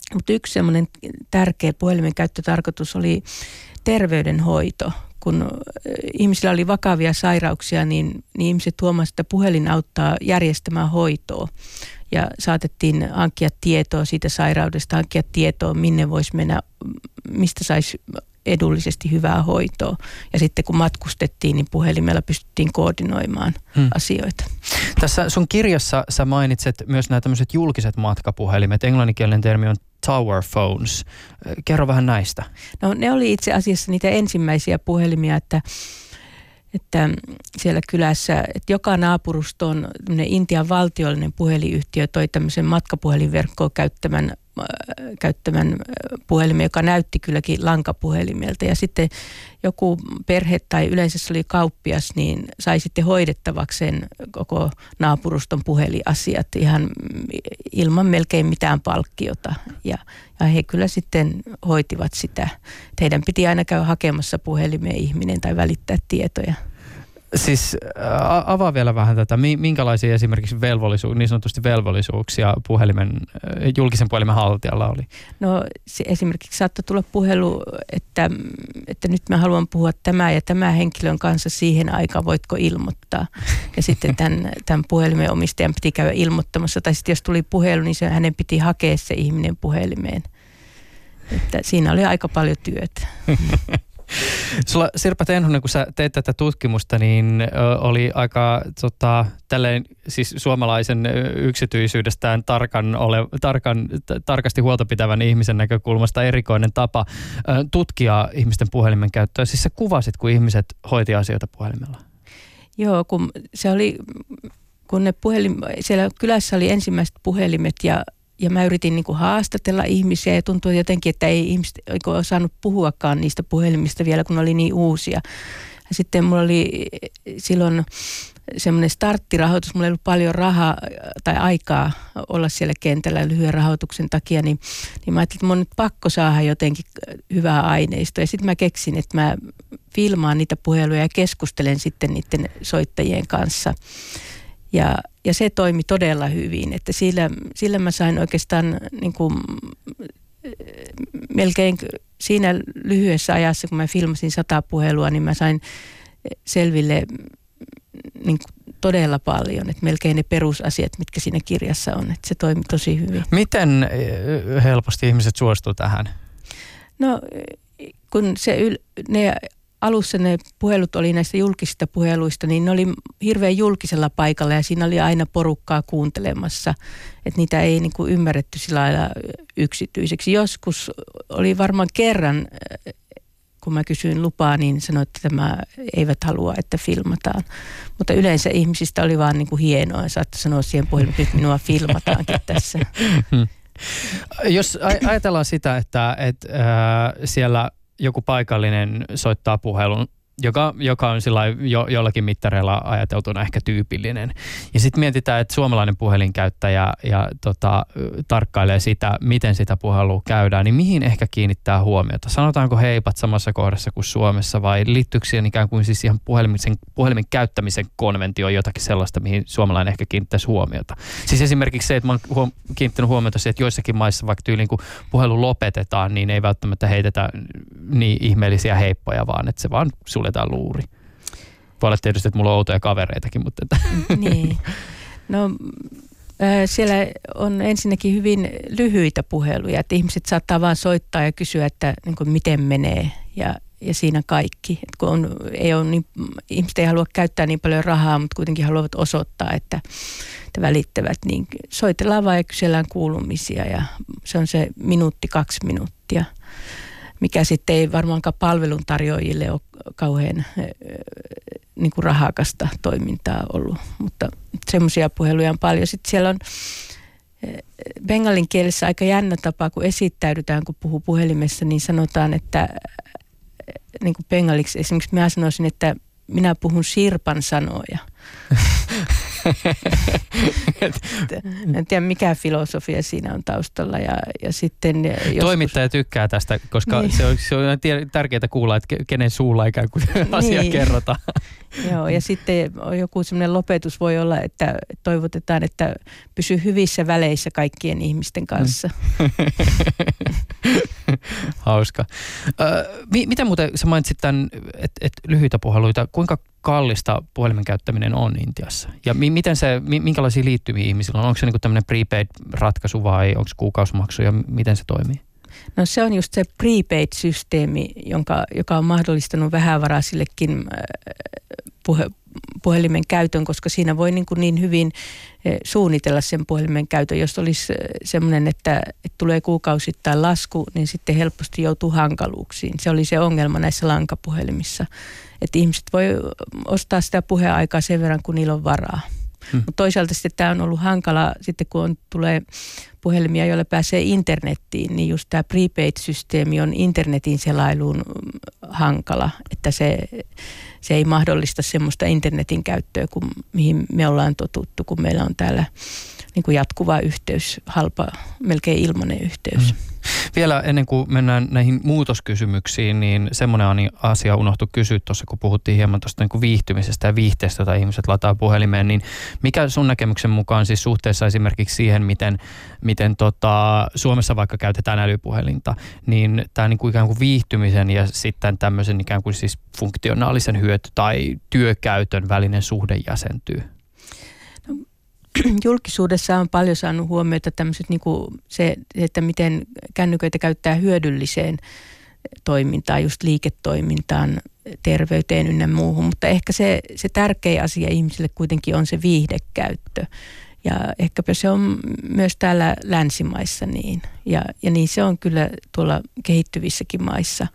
Mutta yksi semmoinen tärkeä puhelimen käyttötarkoitus oli terveydenhoito. Kun ihmisillä oli vakavia sairauksia, niin ihmiset huomasivat, että puhelin auttaa järjestämään hoitoa. Ja saatettiin hankkia tietoa siitä sairaudesta, hankkia tietoa, minne voisi mennä, mistä saisi edullisesti hyvää hoitoa. Ja sitten kun matkustettiin, niin puhelimella pystyttiin koordinoimaan asioita.
Tässä sun kirjassa sä mainitset myös nämä tämmöiset julkiset matkapuhelimet. Englanninkielinen termi on tower phones. Kerro vähän näistä.
No ne oli itse asiassa niitä ensimmäisiä puhelimia, että siellä kylässä, että joka naapurustoon Intian valtiollinen puhelinyhtiö toi tämmöisen matkapuhelinverkkoa käyttämän puhelimen, joka näytti kylläkin lankapuhelimelta. Ja sitten joku perhe tai yleensä se oli kauppias, niin sai sitten hoidettavakseen koko naapuruston puheliasiat ihan ilman melkein mitään palkkiota. Ja he kyllä sitten hoitivat sitä. Heidän piti aina käydä hakemassa puhelimeen ihminen tai välittää tietoja.
Siis avaa vielä vähän tätä, minkälaisia esimerkiksi niin sanotusti velvollisuuksia julkisen puhelimen haltijalla oli?
No se esimerkiksi saattoi tulla puhelu, että nyt mä haluan puhua tämän ja tämän henkilön kanssa siihen aikaan, voitko ilmoittaa? Ja sitten tämän puhelimen omistajan piti käydä ilmoittamassa, tai sitten jos tuli puhelu, niin hänen piti hakea se ihminen puhelimeen. Että siinä oli aika paljon työtä.
Sulla, Sirpa Tenhonen, kun sä teet tätä tutkimusta, niin oli aika tälleen siis suomalaisen yksityisyydestään tarkasti huolta pitävän ihmisen näkökulmasta erikoinen tapa tutkia ihmisten puhelimen käyttöä. Siis sä kuvasit, kun ihmiset hoiti asioita puhelimella.
Joo, kun siellä kylässä oli ensimmäiset puhelimet ja mä yritin niin kuin haastatella ihmisiä ja tuntui jotenkin, että ei ihmiset osannut puhuakaan niistä puhelimista vielä, kun ne oli niin uusia. Ja sitten mulla oli silloin semmoinen starttirahoitus, mulla ei ollut paljon rahaa tai aikaa olla siellä kentällä lyhyen rahoituksen takia, niin mä ajattelin, että mun on nyt pakko saada jotenkin hyvää aineistoa. Ja sitten mä keksin, että mä filmaan niitä puheluja ja keskustelen sitten niiden soittajien kanssa. Ja se toimi todella hyvin, että sillä mä sain oikeastaan niin kuin, melkein siinä lyhyessä ajassa, kun mä filmasin 100 puhelua, niin mä sain selville niin kuin, todella paljon, että melkein ne perusasiat, mitkä siinä kirjassa on, että se toimi tosi hyvin.
Miten helposti ihmiset suostuu tähän?
No kun alussa ne puhelut oli näistä julkisista puheluista, niin ne oli hirveän julkisella paikalla ja siinä oli aina porukkaa kuuntelemassa. Että niitä ei niin kuin ymmärretty sillä lailla yksityiseksi. Joskus oli varmaan kerran, kun mä kysyin lupaa, niin sanoin, että tämä eivät halua, että filmataan. Mutta yleensä ihmisistä oli vaan niin kuin hienoa. Saattoi sanoa siihen puhelimeen, että minua filmataankin tässä.
Jos ajatellaan sitä, että siellä joku paikallinen soittaa puhelun, joka on jollakin mittareilla ajateltuna ehkä tyypillinen. Ja sitten mietitään, että suomalainen puhelinkäyttäjä tarkkailee sitä, miten sitä puhelua käydään, niin mihin ehkä kiinnittää huomiota? Sanotaanko heipat samassa kohdassa kuin Suomessa vai liittyykö siihen ikään kuin siis ihan puhelimen käyttämisen konventioon jotakin sellaista, mihin suomalainen ehkä kiinnittäisi huomiota? Siis esimerkiksi se, että mä oon kiinnittänyt huomiota siihen, että joissakin maissa vaikka tyyliin kun puhelu lopetetaan, niin ei välttämättä heitetä niin ihmeellisiä heippoja, vaan että se vaan suljetaan luuri. Voi olla tietysti, että mulla on outoja kavereitakin, mutta...
Niin. No siellä on ensinnäkin hyvin lyhyitä puheluja, että ihmiset saattaa vaan soittaa ja kysyä, että niin kuin, miten menee ja siinä kaikki. Että kun ihmiset ei halua käyttää niin paljon rahaa, mutta kuitenkin haluavat osoittaa, että välittävät, niin soitellaan vaan ja kysellään kuulumisia ja se on se 1-2 minuuttia. Mikä sitten ei varmaankaan palveluntarjoajille ole kauhean niin kuin rahakasta toimintaa ollut, mutta semmoisia puheluja on paljon. Sitten siellä on bengalin kielessä aika jännä tapa, kun esittäydytään, kun puhuu puhelimessa, niin sanotaan, että niin kuin bengaliksi esimerkiksi minä sanoisin, että minä puhun sirpan sanoja. En tiedä, mikä filosofia siinä on taustalla. Ja sitten joskus...
Toimittaja tykkää tästä, koska niin. se on tärkeää kuulla, että kenen suulla ikään kuin asia kerrotaan.
Joo, ja sitten joku semmoinen lopetus voi olla, että toivotetaan, että pysyy hyvissä väleissä kaikkien ihmisten kanssa.
Hauska. Mitä muuten sä mainitsit tämän, että lyhyitä puheluita, kuinka kallista puhelimen käyttäminen on Intiassa? Ja minkälaisia liittymiä ihmisillä on? Onko se niinku tämmöinen prepaid-ratkaisu vai onko kuukausimaksu ja miten se toimii?
No se on just se prepaid-systeemi, joka on mahdollistanut vähävaraisillekin puhelimen käytön, koska siinä voi niin hyvin suunnitella sen puhelimen käytön. Jos olisi semmoinen, että tulee kuukausittain lasku, niin sitten helposti joutuu hankaluuksiin. Se oli se ongelma näissä lankapuhelimissa, että ihmiset voi ostaa sitä puheaikaa sen verran, kun niillä on varaa. Mutta toisaalta sitten tämä on ollut hankala, sitten kun tulee puhelimia, joilla pääsee internettiin, niin just tämä prepaid-systeemi on internetin selailuun hankala, että se ei mahdollista semmoista internetin käyttöä, mihin me ollaan totuttu, kun meillä on täällä niin kuin jatkuva yhteys, halpa, melkein ilmainen yhteys.
Vielä ennen kuin mennään näihin muutoskysymyksiin, niin semmoinen asia unohtui kysyä tuossa, kun puhuttiin hieman tuosta niin kuin viihtymisestä ja viihteestä, jota ihmiset lataa puhelimeen, niin mikä sun näkemyksen mukaan siis suhteessa esimerkiksi siihen, miten Suomessa vaikka käytetään älypuhelinta, niin tämä niin kuin ikään kuin viihtymisen ja sitten tämmöisen ikään kuin siis funktionaalisen hyöty tai työkäytön välinen suhde jäsentyy?
Julkisuudessa on paljon saanut huomiota tämmöiset niin kuin se, että miten kännyköitä käyttää hyödylliseen toimintaan, just liiketoimintaan, terveyteen ynnä muuhun. Mutta ehkä se tärkein asia ihmisille kuitenkin on se viihdekäyttö. Ja ehkäpä se on myös täällä länsimaissa niin. Ja niin se on kyllä tuolla kehittyvissäkin maissa.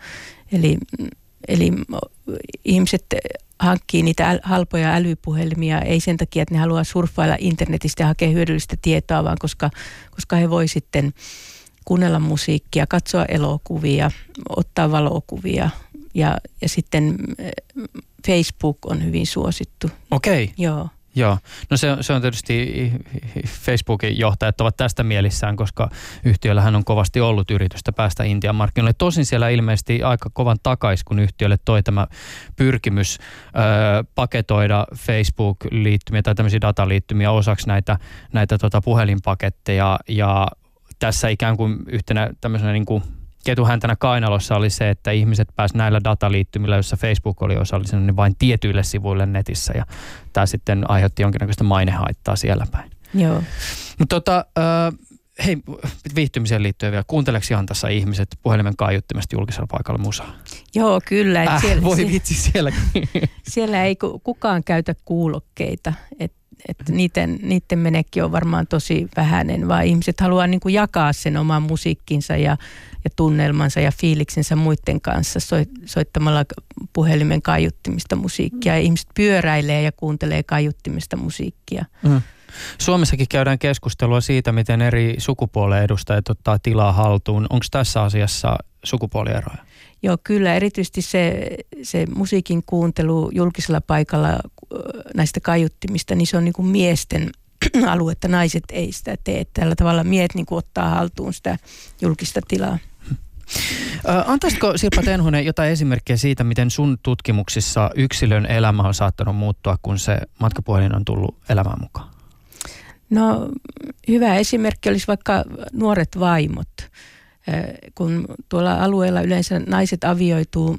Eli ihmiset hankkii niitä halpoja älypuhelimia, ei sen takia, että ne haluaa surffailla internetistä ja hakea hyödyllistä tietoa, vaan koska he voi sitten kuunnella musiikkia, katsoa elokuvia, ottaa valokuvia ja sitten Facebook on hyvin suosittu.
Okei. Joo. No se on tietysti Facebookin johtajat ovat tästä mielissään, koska yhtiöllähän on kovasti ollut yritystä päästä Intian markkinoille. Tosin siellä ilmeisesti aika kovan takaisin, kun yhtiölle toi tämä pyrkimys paketoida Facebook-liittymiä tai tämmöisiä dataliittymiä osaksi näitä puhelinpaketteja. Ja tässä ikään kuin yhtenä tämmöisenä niin kuin ketuhäntänä kainalossa oli se, että ihmiset pääsivät näillä dataliittymillä, joissa Facebook oli osallisena, niin vain tietyille sivuille netissä. Ja tämä sitten aiheutti jonkinnäköistä mainehaittaa siellä päin.
Joo.
Mutta hei, viihtymiseen liittyen vielä. Kuunteleeko ihan tässä ihmiset puhelimen kaiuttimesta julkisella paikalla musaa?
Joo, kyllä.
Voi vitsi sielläkin.
Siellä ei kukaan käytä kuulokkeita, että niiden menekki on varmaan tosi vähäinen, vaan ihmiset haluaa niin kuin jakaa sen oman musiikkinsa ja tunnelmansa ja fiiliksensä muiden kanssa soittamalla puhelimen kaiuttimista musiikkia. Ja ihmiset pyöräilee ja kuuntelee kaiuttimista musiikkia.
Suomessakin käydään keskustelua siitä, miten eri sukupuolen edustajat ottaa tilaa haltuun. Onko tässä asiassa sukupuolieroja?
Joo, kyllä. Erityisesti se musiikin kuuntelu julkisella paikalla näistä kaiuttimista, niin se on niin kuin miesten aluetta. Naiset ei sitä tee. Tällä tavalla miehet niin kuin ottaa haltuun sitä julkista tilaa.
Antaisitko Sirpa Tenhonen jotain esimerkkejä siitä, miten sun tutkimuksissa yksilön elämä on saattanut muuttua, kun se matkapuhelin on tullut elämään mukaan?
No hyvä esimerkki olisi vaikka nuoret vaimot. Kun tuolla alueella yleensä naiset avioituu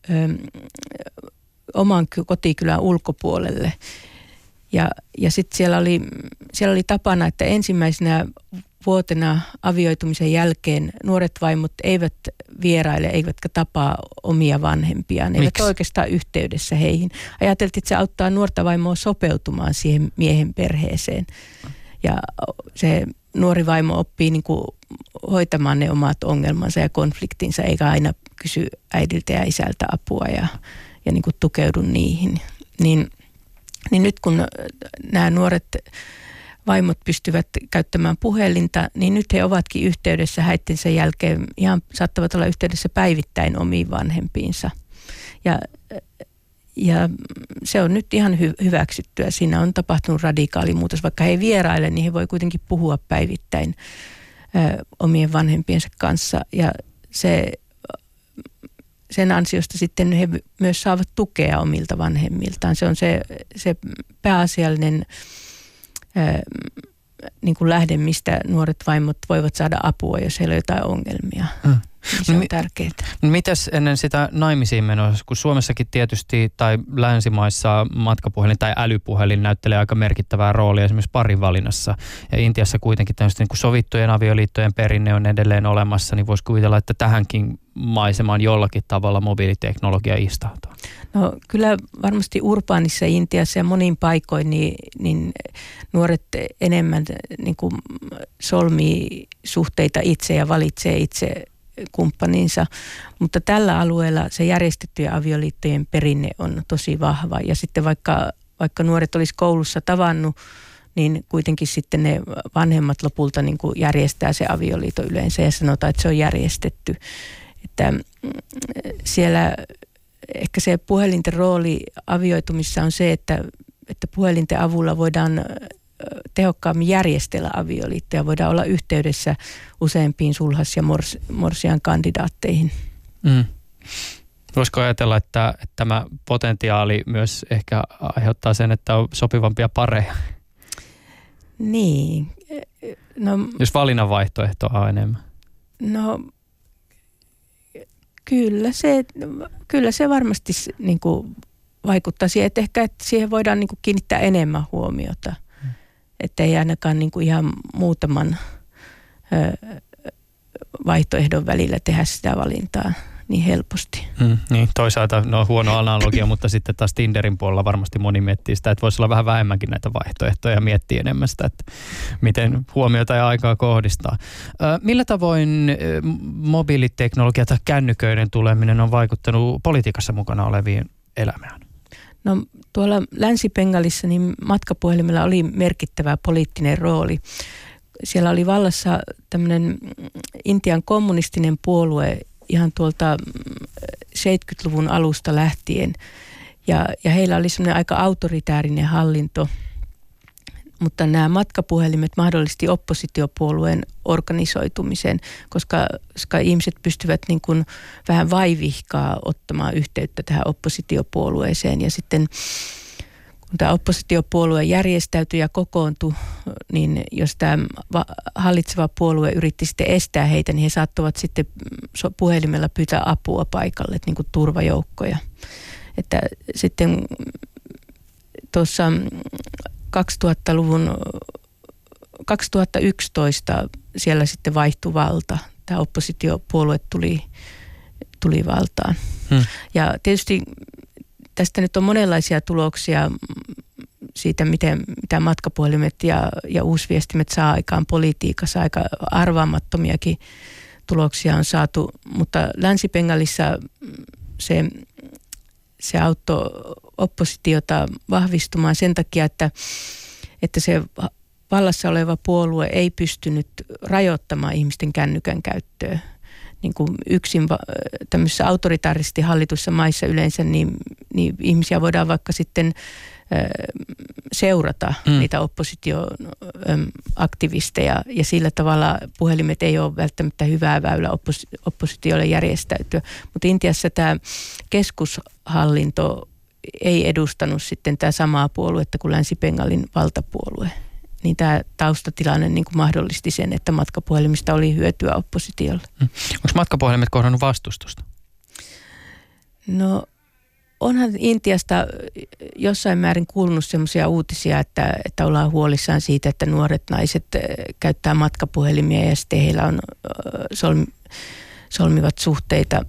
oman kotikylän ulkopuolelle. Ja sitten siellä oli tapana, että ensimmäisenä vuotena avioitumisen jälkeen nuoret vaimot eivät vieraile, eivätkä tapaa omia vanhempiaan. Eivät oikeastaan yhteydessä heihin. Ajateltiin, että se auttaa nuorta vaimoa sopeutumaan siihen miehen perheeseen. Ja se nuori vaimo oppii niin kuin hoitamaan ne omat ongelmansa ja konfliktinsa, eikä aina kysy äidiltä ja isältä apua ja niin kuin tukeudu niihin. Niin nyt kun nämä nuoret vaimot pystyvät käyttämään puhelinta, niin nyt he ovatkin yhteydessä häittensä jälkeen, ihan saattavat olla yhteydessä päivittäin omiin vanhempiinsa. Ja se on nyt ihan hyväksyttyä. Siinä on tapahtunut radikaali muutos. Vaikka he ei vieraile, niin he voi kuitenkin puhua päivittäin omien vanhempiensa kanssa. Ja sen ansiosta sitten he myös saavat tukea omilta vanhemmiltaan. Se on se pääasiallinen niin kuin lähde, mistä nuoret vaimot voivat saada apua, jos heillä on jotain ongelmia. Niin se on tärkeää.
Mitäs ennen sitä naimisiin menoa, kun Suomessakin tietysti tai länsimaissa matkapuhelin tai älypuhelin näyttelee aika merkittävää roolia esimerkiksi parin valinnassa. Ja Intiassa kuitenkin tämmöistä niin kuin sovittujen avioliittojen perinne on edelleen olemassa, niin voisi kuvitella, että tähänkin maisemaan jollakin tavalla mobiiliteknologia istahtaa.
No kyllä varmasti urbaanissa Intiassa ja monin paikoin niin nuoret enemmän niin kuin solmii suhteita itse ja valitsee itse kumppaninsa, mutta tällä alueella se järjestettyjen avioliittojen perinne on tosi vahva ja sitten vaikka nuoret olisi koulussa tavannut, niin kuitenkin sitten ne vanhemmat lopulta niin kuin järjestää se avioliitto yleensä ja sanotaan, että se on järjestetty. Että siellä ehkä se puhelinten rooli avioitumissa on se, että puhelinten avulla voidaan tehokkaammin järjestellä avioliittoja. Voidaan olla yhteydessä useampiin sulhas- ja morsian kandidaatteihin.
Voisiko ajatella, että tämä potentiaali myös ehkä aiheuttaa sen, että on sopivampia pareja?
Niin. No,
jos valinnanvaihtoehtoa on enemmän.
No kyllä se varmasti niin kuin vaikuttaa siihen, että ehkä että siihen voidaan niin kuin kiinnittää enemmän huomiota. Että ei ainakaan niin kuin ihan muutaman vaihtoehdon välillä tehdä sitä valintaa niin helposti.
Niin, toisaalta huono analogia, mutta sitten taas Tinderin puolella varmasti moni miettii sitä, että voisi olla vähän vähemmänkin näitä vaihtoehtoja ja miettii enemmän sitä, että miten huomiota ja aikaa kohdistaa. Millä tavoin mobiiliteknologia tai kännyköiden tuleminen on vaikuttanut politiikassa mukana oleviin elämään?
No tuolla Länsi-Bengalissa niin matkapuhelimella oli merkittävä poliittinen rooli. Siellä oli vallassa tämmöinen Intian kommunistinen puolue ihan tuolta 70-luvun alusta lähtien. Ja heillä oli semmoinen aika autoritäärinen hallinto, mutta nämä matkapuhelimet mahdollisti oppositiopuolueen organisoitumisen, koska ihmiset pystyvät niin kuin vähän vaivihkaa ottamaan yhteyttä tähän oppositiopuolueeseen. Ja sitten kun tämä oppositiopuolue järjestäytyi ja kokoontui, niin jos tämä hallitseva puolue yritti sitten estää heitä, niin he saattoivat sitten puhelimella pyytää apua paikalle, niin kuin turvajoukkoja. Että sitten tuossa 2011 siellä sitten vaihtui valta. Tämä oppositiopuolue tuli valtaan. Ja tietysti tästä nyt on monenlaisia tuloksia siitä, mitä matkapuhelimet ja uusviestimet saa aikaan politiikassa. Aika arvaamattomiakin tuloksia on saatu, mutta Länsi-Bengalissa se auttoi oppositiota vahvistumaan sen takia, että se vallassa oleva puolue ei pystynyt rajoittamaan ihmisten kännykän käyttöä. Niin kuin yksin tämmöisissä autoritaarisesti hallituissa maissa yleensä, niin ihmisiä voidaan vaikka sitten seurata niitä oppositioaktivisteja ja sillä tavalla puhelimet ei ole välttämättä hyvää väylä oppositiolle järjestäytyä. Mutta Intiassa tämä keskushallinto ei edustanut sitten tämä samaa puoluetta kuin Länsi-Bengalin valtapuolue. Niin tämä taustatilanne niin kuin mahdollisti sen, että matkapuhelimista oli hyötyä oppositiolle.
Onko matkapuhelimet kohdannut vastustusta?
No onhan Intiasta jossain määrin kuulunut sellaisia uutisia, että ollaan huolissaan siitä, että nuoret naiset käyttää matkapuhelimia ja sitten heillä on solmivat suhteita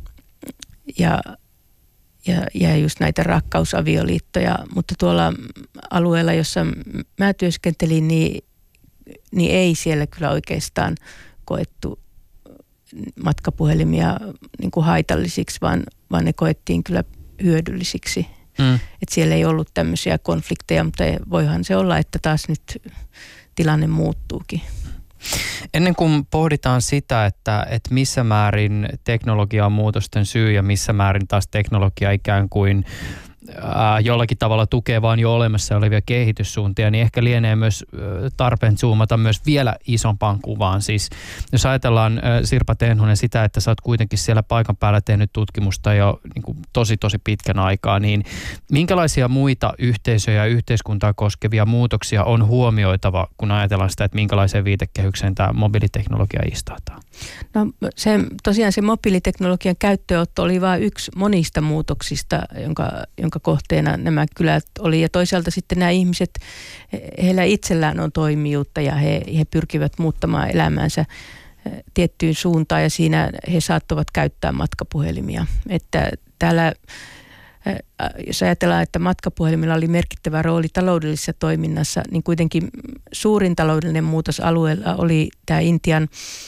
ja just näitä rakkausavioliittoja. Mutta tuolla alueella, jossa mä työskentelin, niin ei siellä kyllä oikeastaan koettu matkapuhelimia niin kuin haitallisiksi, vaan ne koettiin kyllä hyödyllisiksi. Että siellä ei ollut tämmöisiä konflikteja, mutta voihan se olla, että taas nyt tilanne muuttuukin.
Ennen kuin pohditaan sitä, että missä määrin teknologia on muutosten syy ja missä määrin taas teknologia ikään kuin jollakin tavalla tukee vaan jo olemassa olevia kehityssuuntia, niin ehkä lienee myös tarpeen zoomata myös vielä isompaan kuvaan. Siis jos ajatellaan Sirpa Tenhonen sitä, että sä oot kuitenkin siellä paikan päällä tehnyt tutkimusta jo niin kuin tosi pitkän aikaa, niin minkälaisia muita yhteisöjä ja yhteiskuntaa koskevia muutoksia on huomioitava, kun ajatellaan sitä, että minkälaiseen viitekehykseen tämä mobiiliteknologia istahtaa?
No tosiaan se mobiiliteknologian käyttöönotto oli vain yksi monista muutoksista, jonka kohteena nämä kylät oli. Ja toisaalta sitten nämä ihmiset, heillä itsellään on toimijuutta ja he pyrkivät muuttamaan elämäänsä tiettyyn suuntaan ja siinä he saattavat käyttää matkapuhelimia. Että täällä, jos ajatellaan, että matkapuhelimilla oli merkittävä rooli taloudellisessa toiminnassa, niin kuitenkin suurin taloudellinen muutos alueella oli tämä Intian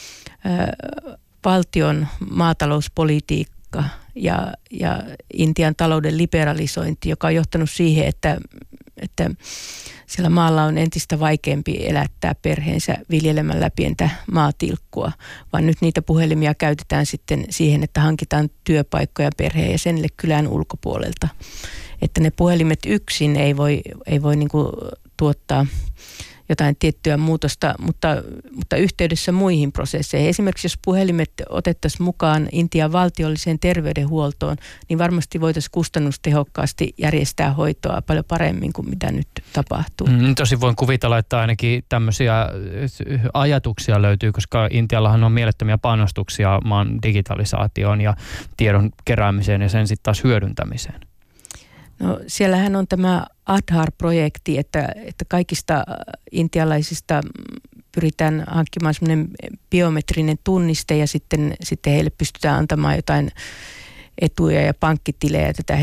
valtion maatalouspolitiikka ja Intian talouden liberalisointi, joka on johtanut siihen, että siellä maalla on entistä vaikeampi elättää perheensä viljelemällä pientä maatilkkua, vaan nyt niitä puhelimia käytetään sitten siihen, että hankitaan työpaikkoja perheenjäsenille kylän ulkopuolelta. Että ne puhelimet yksin ei voi niin kuin tuottaa jotain tiettyä muutosta, mutta yhteydessä muihin prosesseihin. Esimerkiksi jos puhelimet otettaisiin mukaan Intian valtiolliseen terveydenhuoltoon, niin varmasti voitaisiin kustannustehokkaasti järjestää hoitoa paljon paremmin kuin mitä nyt tapahtuu.
Tosin voin kuvitella, että ainakin tämmöisiä ajatuksia löytyy, koska Intiallahan on mielettömiä panostuksia maan digitalisaatioon ja tiedon keräämiseen ja sen sitten taas hyödyntämiseen.
No, siellähän on tämä Aadhaar-projekti, että kaikista intialaisista pyritään hankkimaan semmoinen biometrinen tunniste ja sitten heille pystytään antamaan jotain etuja ja pankkitilejä tätä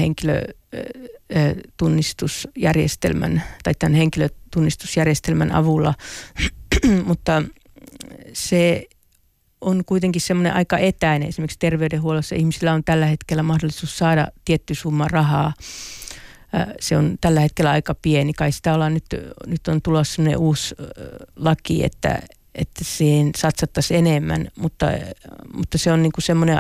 henkilötunnistusjärjestelmän tai tämän henkilötunnistusjärjestelmän avulla, mutta se on kuitenkin semmoinen aika etäinen. Esimerkiksi terveydenhuollossa ihmisillä on tällä hetkellä mahdollisuus saada tietty summa rahaa. Se on tällä hetkellä aika pieni. Kai sitä ollaan nyt on tulossa semmoinen uusi laki, että siihen satsattaisiin enemmän, mutta se on niin kuin semmoinen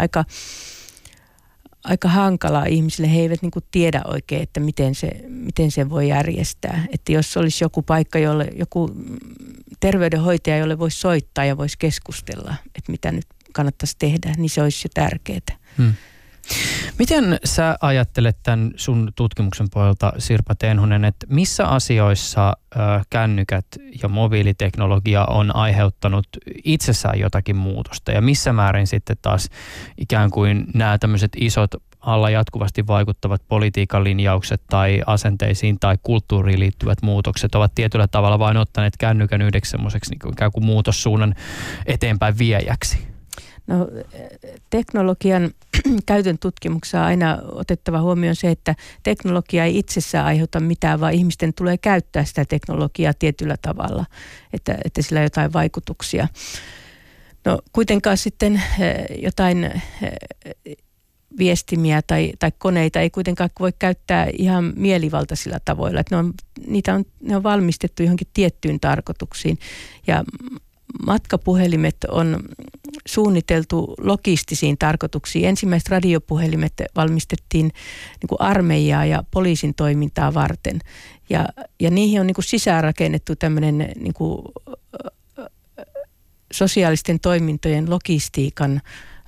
aika hankalaa ihmisille. He eivät niin kuin tiedä oikein, että miten se voi järjestää. Että jos olisi joku paikka, jolle joku terveydenhoitaja, jolle voisi soittaa ja voisi keskustella, että mitä nyt kannattaisi tehdä, niin se olisi jo tärkeää.
Miten sä ajattelet tämän sun tutkimuksen pohjalta, Sirpa Tenhonen, että missä asioissa kännykät ja mobiiliteknologia on aiheuttanut itsessään jotakin muutosta ja missä määrin sitten taas ikään kuin nämä tämmöiset isot alla jatkuvasti vaikuttavat politiikan linjaukset tai asenteisiin tai kulttuuriin liittyvät muutokset ovat tietyllä tavalla vain ottaneet kännykän yhdeksi semmoiseksi niin ikään kuin muutossuunnan eteenpäin viejäksi?
No, teknologian käytön tutkimuksessa on aina otettava huomioon se, että teknologia ei itsessään aiheuta mitään, vaan ihmisten tulee käyttää sitä teknologiaa tietyllä tavalla, että sillä on jotain vaikutuksia. No kuitenkaan sitten jotain viestimiä tai koneita ei kuitenkaan voi käyttää ihan mielivaltaisilla tavoilla. Että ne on valmistettu johonkin tiettyyn tarkoituksiin ja matkapuhelimet on suunniteltu logistisiin tarkoituksiin. Ensimmäiset radiopuhelimet valmistettiin niin kuin armeijaa ja poliisin toimintaa varten. Ja niihin on niin kuin sisäänrakennettu tämmöinen niin kuin sosiaalisten toimintojen logistiikan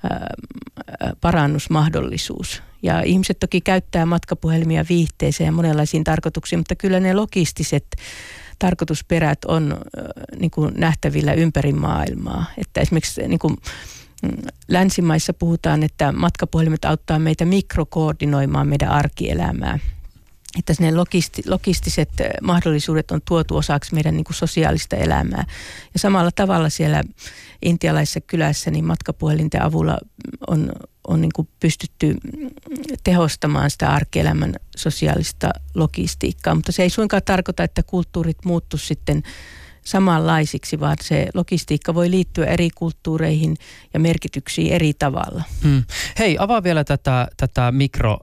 parannusmahdollisuus. Ja ihmiset toki käyttää matkapuhelimia viihteeseen ja monenlaisiin tarkoituksiin, mutta kyllä ne logistiset tarkoitusperät on niin kuin nähtävillä ympäri maailmaa. Että esimerkiksi niin kuin länsimaissa puhutaan, että matkapuhelimet auttaa meitä mikrokoordinoimaan meidän arkielämää. Että ne logistiset mahdollisuudet on tuotu osaksi meidän niin kuin sosiaalista elämää. Ja samalla tavalla siellä intialaisessa kylässä niin matkapuhelinten avulla on niin kuin pystytty tehostamaan sitä arkielämän sosiaalista logistiikkaa. Mutta se ei suinkaan tarkoita, että kulttuurit muuttuisi sitten samanlaisiksi, vaan se logistiikka voi liittyä eri kulttuureihin ja merkityksiin eri tavalla.
Hei, avaa vielä tätä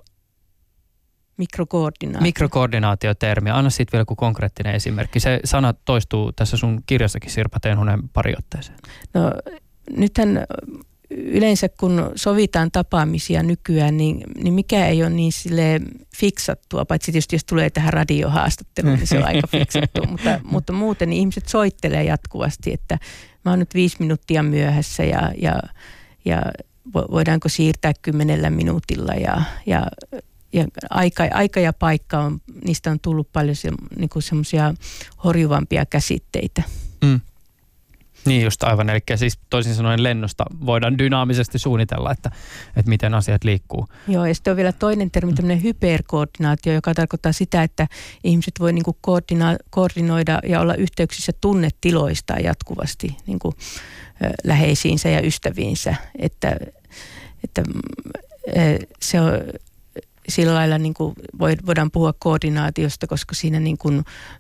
mikrokoordinaatiotermiä.
Anna siitä vielä konkreettinen esimerkki. Se sana toistuu tässä sun kirjassakin, Sirpa Tenhonen, pari otteeseen.
No, nythän yleensä kun sovitaan tapaamisia nykyään, niin mikä ei ole niin sille fiksattua, paitsi tietysti jos tulee tähän radiohaastatteluun, niin se on aika fiksattua, mutta muuten niin ihmiset soittelee jatkuvasti, että mä oon nyt 5 minuuttia myöhässä ja voidaanko siirtää 10 minuutilla ja aika ja paikka niistä on tullut paljon niinku semmoisia horjuvampia käsitteitä. Mm.
Niin just aivan, eli siis toisin sanoen lennosta voidaan dynaamisesti suunnitella, että miten asiat liikkuu.
Joo, ja sitten on vielä toinen termi, tämmöinen hyperkoordinaatio, joka tarkoittaa sitä, että ihmiset voi niinku koordinoida ja olla yhteyksissä tunnetiloistaan jatkuvasti niinku läheisiinsä ja ystäviinsä, että se on sillä lailla niinku voidaan puhua koordinaatiosta, koska siinä niinku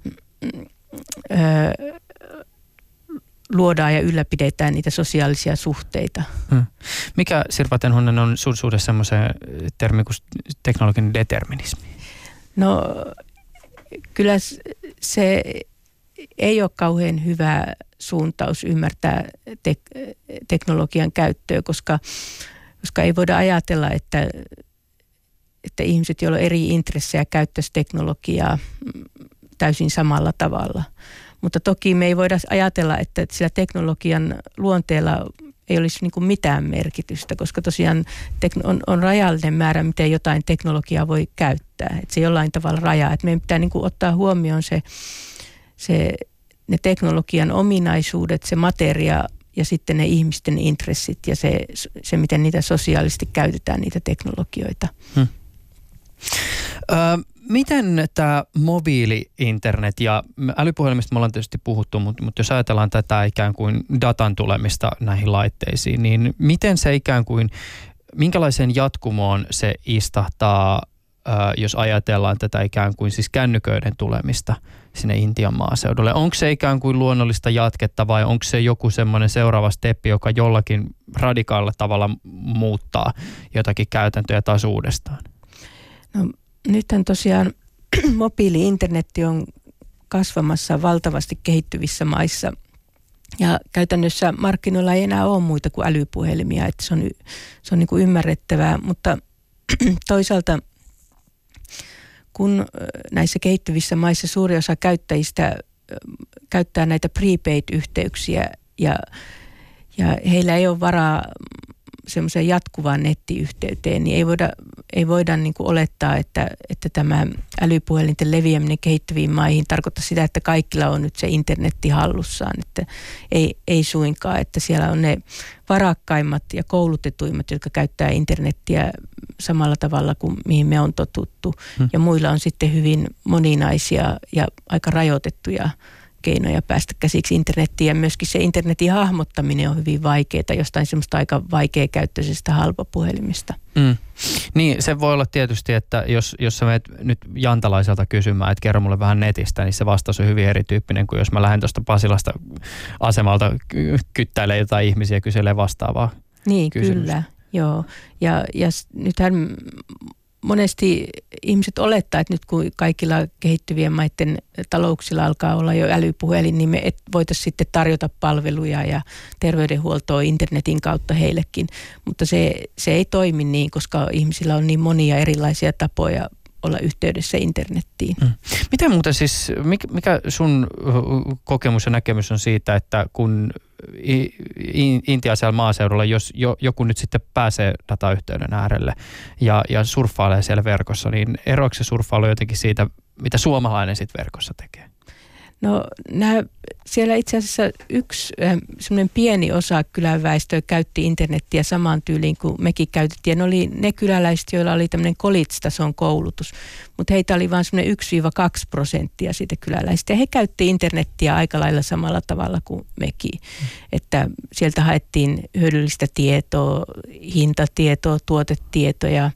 luodaan ja ylläpidetään niitä sosiaalisia suhteita.
Mikä, Sirpa Tenhonen, on sun suhde semmoiseen termiin kuin teknologinen determinismi?
No kyllä se ei ole kauhean hyvä suuntaus ymmärtää teknologian käyttöä, koska ei voida ajatella, että ihmiset, joilla on eri intressejä, käyttäisi teknologiaa täysin samalla tavalla. Mutta toki me ei voida ajatella, että sillä teknologian luonteella ei olisi niin kuin mitään merkitystä, koska tosiaan on rajallinen määrä, miten jotain teknologiaa voi käyttää. Että se jollain tavalla rajaa. Että meidän pitää niin kuin ottaa huomioon ne teknologian ominaisuudet, se materia ja sitten ne ihmisten intressit ja se miten niitä sosiaalisesti käytetään, niitä teknologioita.
Miten tämä mobiili-internet ja älypuhelimista me ollaan tietysti puhuttu, mutta jos ajatellaan tätä ikään kuin datan tulemista näihin laitteisiin, niin miten se ikään kuin, minkälaiseen jatkumoon se istahtaa, jos ajatellaan tätä ikään kuin siis kännyköiden tulemista sinne Intian maaseudulle? Onko se ikään kuin luonnollista jatketta vai onko se joku semmoinen seuraava steppi, joka jollakin radikaalilla tavalla muuttaa jotakin käytäntöjä taas uudestaan?
No, nythän tosiaan mobiili-internetti on kasvamassa valtavasti kehittyvissä maissa ja käytännössä markkinoilla ei enää ole muita kuin älypuhelimia, että se on niin kuin ymmärrettävää, mutta toisaalta kun näissä kehittyvissä maissa suuri osa käyttäjistä käyttää näitä prepaid-yhteyksiä ja heillä ei ole varaa semmoiseen jatkuvaan nettiyhteyteen, niin ei voida niin kuin olettaa, että tämä älypuhelinten leviäminen kehittyviin maihin tarkoittaa sitä, että kaikilla on nyt se internetti hallussaan. Että ei suinkaan, että siellä on ne varakkaimmat ja koulutetuimmat, jotka käyttää internettiä samalla tavalla kuin mihin me on totuttu. Ja muilla on sitten hyvin moninaisia ja aika rajoitettuja keinoja päästä käsiksi internettiin ja myöskin se internetin hahmottaminen on hyvin vaikeaa jostain semmoista aika vaikeakäyttöisestä halpapuhelimista.
Niin, se voi olla tietysti, että jos sä menet nyt jantalaiselta kysymään, että kerro mulle vähän netistä, niin se vastaus on hyvin erityyppinen kuin jos mä lähden tuosta Pasilasta asemalta kyttäilee jotain ihmisiä ja kyselee vastaavaa kysymystä.
Kyllä, joo. Ja nythän monesti ihmiset olettaa, että nyt kun kaikilla kehittyvien maiden talouksilla alkaa olla jo älypuhelin, niin me voitaisiin sitten tarjota palveluja ja terveydenhuoltoa internetin kautta heillekin. Mutta se ei toimi niin, koska ihmisillä on niin monia erilaisia tapoja olla yhteydessä internettiin.
Miten muuten siis, mikä sun kokemus ja näkemys on siitä, että kun intialaisella maaseudulla, jos joku nyt sitten pääsee datayhteyden äärelle ja surffailee siellä verkossa, niin eroako se surffailu jotenkin siitä, mitä suomalainen sitten verkossa tekee?
No siellä itse asiassa yksi semmoinen pieni osa kyläväestöä käytti internettiä samaan tyyliin kuin mekin käytettiin. Ja ne oli ne kyläläiset, joilla oli tämmöinen college-tason koulutus, mutta heitä oli vain semmoinen 1-2% siitä kyläläisistä. Ja he käytti internettiä aika lailla samalla tavalla kuin mekin. Että sieltä haettiin hyödyllistä tietoa, hintatietoa, tuotetietoja,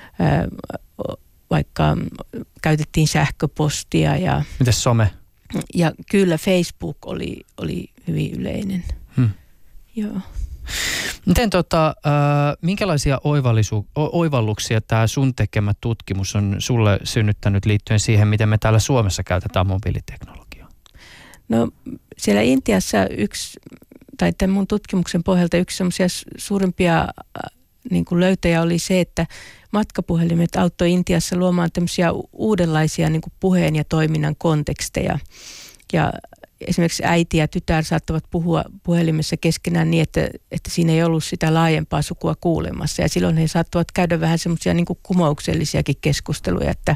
vaikka käytettiin sähköpostia.
Mites some?
Ja kyllä Facebook oli hyvin yleinen. Joo.
Miten minkälaisia oivalluksia tämä sun tekemä tutkimus on sulle synnyttänyt liittyen siihen, miten me täällä Suomessa käytetään mobiiliteknologiaa?
No siellä Intiassa yksi tai tämän mun tutkimuksen pohjalta yksi semmoisia suurimpia niin kuin löytäjä oli se, että matkapuhelimet auttoi Intiassa luomaan tämmöisiä uudenlaisia niin kuin puheen ja toiminnan konteksteja. Ja esimerkiksi äiti ja tytär saattavat puhua puhelimessa keskenään niin, että siinä ei ollut sitä laajempaa sukua kuulemassa. Ja silloin he saattavat käydä vähän semmoisia niin kuin kumouksellisiakin keskusteluja, että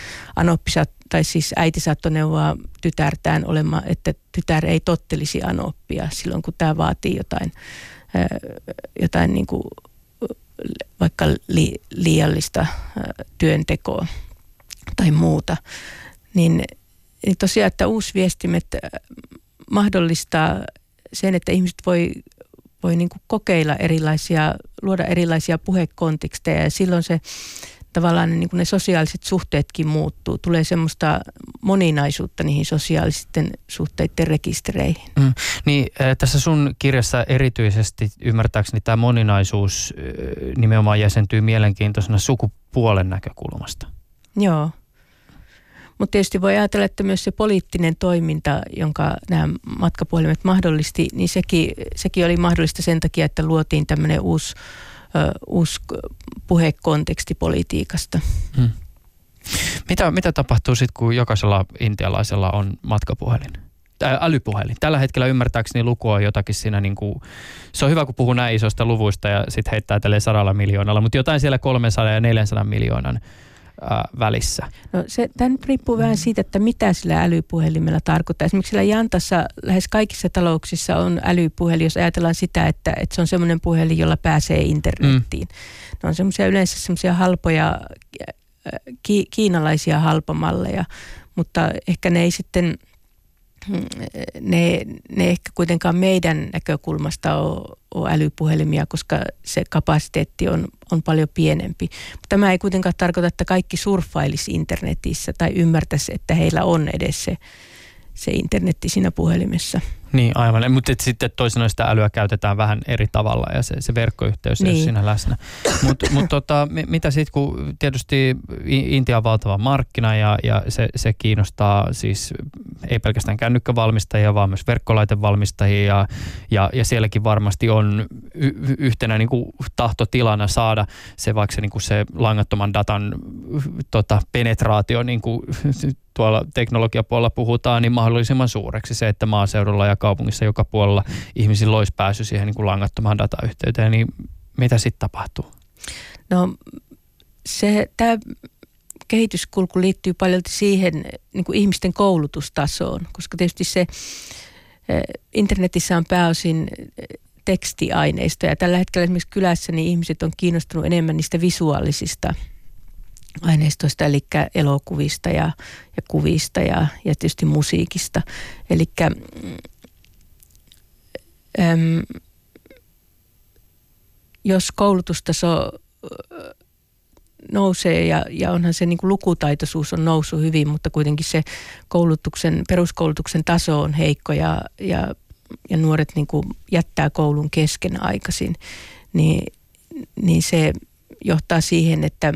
äiti saattoi neuvoa tytärtään olemaan, että tytär ei tottelisi anoppia silloin, kun tämä vaatii jotain niin kuin vaikka liiallista työntekoa tai muuta. Niin tosiaan, että uusviestimet mahdollistaa sen, että ihmiset voi niin kuin kokeilla luoda erilaisia puhekonteksteja ja silloin se tavallaan niin kuin ne sosiaaliset suhteetkin muuttuu. Tulee semmoista moninaisuutta niihin sosiaalisten suhteiden rekistereihin.
Niin, tässä sun kirjassa erityisesti ymmärtääkseni tämä moninaisuus nimenomaan jäsentyy mielenkiintoisena sukupuolen näkökulmasta.
Joo. Mutta tietysti voi ajatella, että myös se poliittinen toiminta, jonka nämä matkapuhelimet mahdollisti, niin sekin oli mahdollista sen takia, että luotiin tämmöinen uusi puhekonteksti politiikasta.
Mitä tapahtuu sitten, kun jokaisella intialaisella on matkapuhelin? Älypuhelin. Tällä hetkellä ymmärtääkseni luku on jotakin siinä, niin kuin, se on hyvä, kun puhuu näin isoista luvuista ja sitten heittää tälleen 100 miljoonalla, mutta jotain siellä 300 ja 400 miljoonan välissä.
No tämä nyt riippuu vähän siitä, että mitä sillä älypuhelimella tarkoittaa. Esimerkiksi siellä Jantassa lähes kaikissa talouksissa on älypuhelin, jos ajatellaan sitä, että se on semmoinen puhelin, jolla pääsee internettiin. Ne on yleensä semmoisia halpoja, kiinalaisia halpamalleja, mutta ehkä ne ei sitten, ne ehkä kuitenkaan meidän näkökulmasta ole älypuhelimia, koska se kapasiteetti on paljon pienempi. Mutta tämä ei kuitenkaan tarkoita, että kaikki surffailisi internetissä tai ymmärtäisi, että heillä on edes se internetti siinä puhelimessa.
Niin, aivan. Mutta sitten toisinaan sitä älyä käytetään vähän eri tavalla ja se verkkoyhteys ei ole siinä läsnä. Mutta mitä sitten, kun tietysti Intia on valtava markkina ja se kiinnostaa siis ei pelkästään kännykkävalmistajia, vaan myös verkkolaitevalmistajia ja sielläkin varmasti on yhtenä niin kuin tahtotilana saada se vaikka niin kuin se langattoman datan penetraatio, niin kuin tuolla teknologiapuolella puhutaan, niin mahdollisimman suureksi se, että maaseudulla ja kaupungissa joka puolella ihmisillä olisi pääsy siihen niin kuin langattomaan datayhteyteen, niin mitä sitten tapahtuu?
No tämä kehityskulku liittyy paljon siihen niin kuin ihmisten koulutustasoon, koska tietysti se internetissä on pääosin tekstiaineistoja ja tällä hetkellä esimerkiksi kylässä niin ihmiset on kiinnostunut enemmän niistä visuaalisista aineistoista, eli elokuvista ja kuvista ja tietysti musiikista. Eli jos koulutustaso nousee ja onhan se niin kuin lukutaitoisuus on noussut hyvin, mutta kuitenkin se peruskoulutuksen taso on heikko ja nuoret niin kuin jättää koulun kesken aikaisin, niin se johtaa siihen, että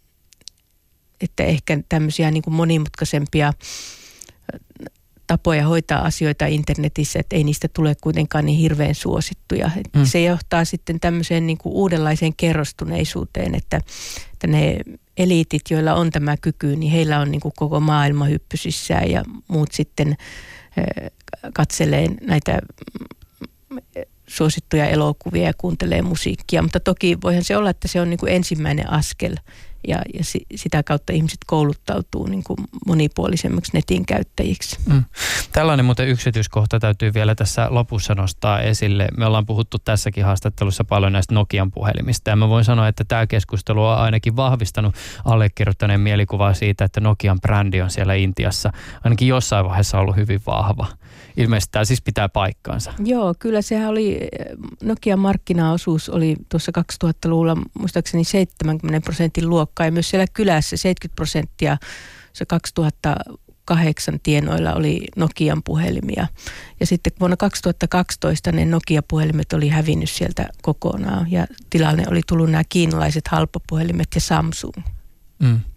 ehkä tämmöisiä niin kuin monimutkaisempia tapoja hoitaa asioita internetissä, että ei niistä tule kuitenkaan niin hirveän suosittuja. Se johtaa sitten tämmöiseen niin kuin uudenlaiseen kerrostuneisuuteen, että ne eliitit, joilla on tämä kyky, niin heillä on niin kuin koko maailma hyppysissään ja muut sitten katselee näitä suosittuja elokuvia ja kuuntelee musiikkia. Mutta toki voihan se olla, että se on niin kuin ensimmäinen askel ja sitä kautta ihmiset kouluttautuu niin kuin monipuolisemmiksi netin käyttäjiksi.
Tällainen muuten yksityiskohta täytyy vielä tässä lopussa nostaa esille. Me ollaan puhuttu tässäkin haastattelussa paljon näistä Nokian puhelimista ja mä voin sanoa, että tämä keskustelu on ainakin vahvistanut allekirjoittaneen mielikuvaa siitä, että Nokian brändi on siellä Intiassa ainakin jossain vaiheessa ollut hyvin vahva. Ilmeisesti tämä siis pitää paikkaansa.
Joo, kyllä sehän oli, Nokian markkinaosuus oli tuossa 2000-luvulla muistaakseni 70% luokkaa ja myös siellä kylässä 70% se 2008 tienoilla oli Nokian puhelimia. Ja sitten vuonna 2012 ne Nokia-puhelimet oli hävinnyt sieltä kokonaan ja tilalle oli tullut nämä kiinalaiset halpapuhelimet ja Samsung.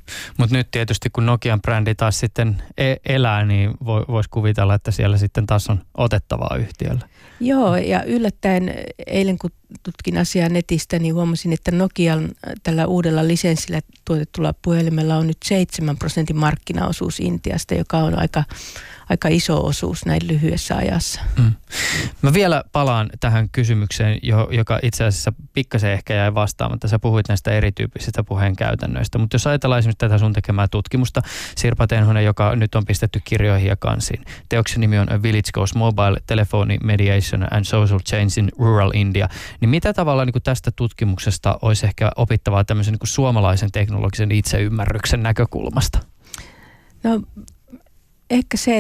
Mutta nyt tietysti kun Nokian brändi taas sitten elää, niin voisi kuvitella, että siellä sitten taas on otettavaa yhtiöllä.
Joo, ja yllättäen eilen kun tutkin asiaa netistä, niin huomasin, että Nokian tällä uudella lisenssillä tuotetulla puhelimella on nyt 7% markkinaosuus Intiasta, joka on aika iso osuus näin lyhyessä ajassa.
Mä vielä palaan tähän kysymykseen, joka itse asiassa pikkasen ehkä jäi vastaamatta. Sä puhuit näistä erityyppisistä puheen käytännöistä, mutta jos ajatellaan esimerkiksi tätä sun tekemää tutkimusta, Sirpa Tenhonen, joka nyt on pistetty kirjoihin ja kansiin. Teoksen nimi on A Village Goes Mobile, Telephone Mediation and Social Change in Rural India. Niin mitä tavalla niin kuin tästä tutkimuksesta olisi ehkä opittavaa tämmöisen niin kuin suomalaisen teknologisen itseymmärryksen näkökulmasta?
No ehkä se,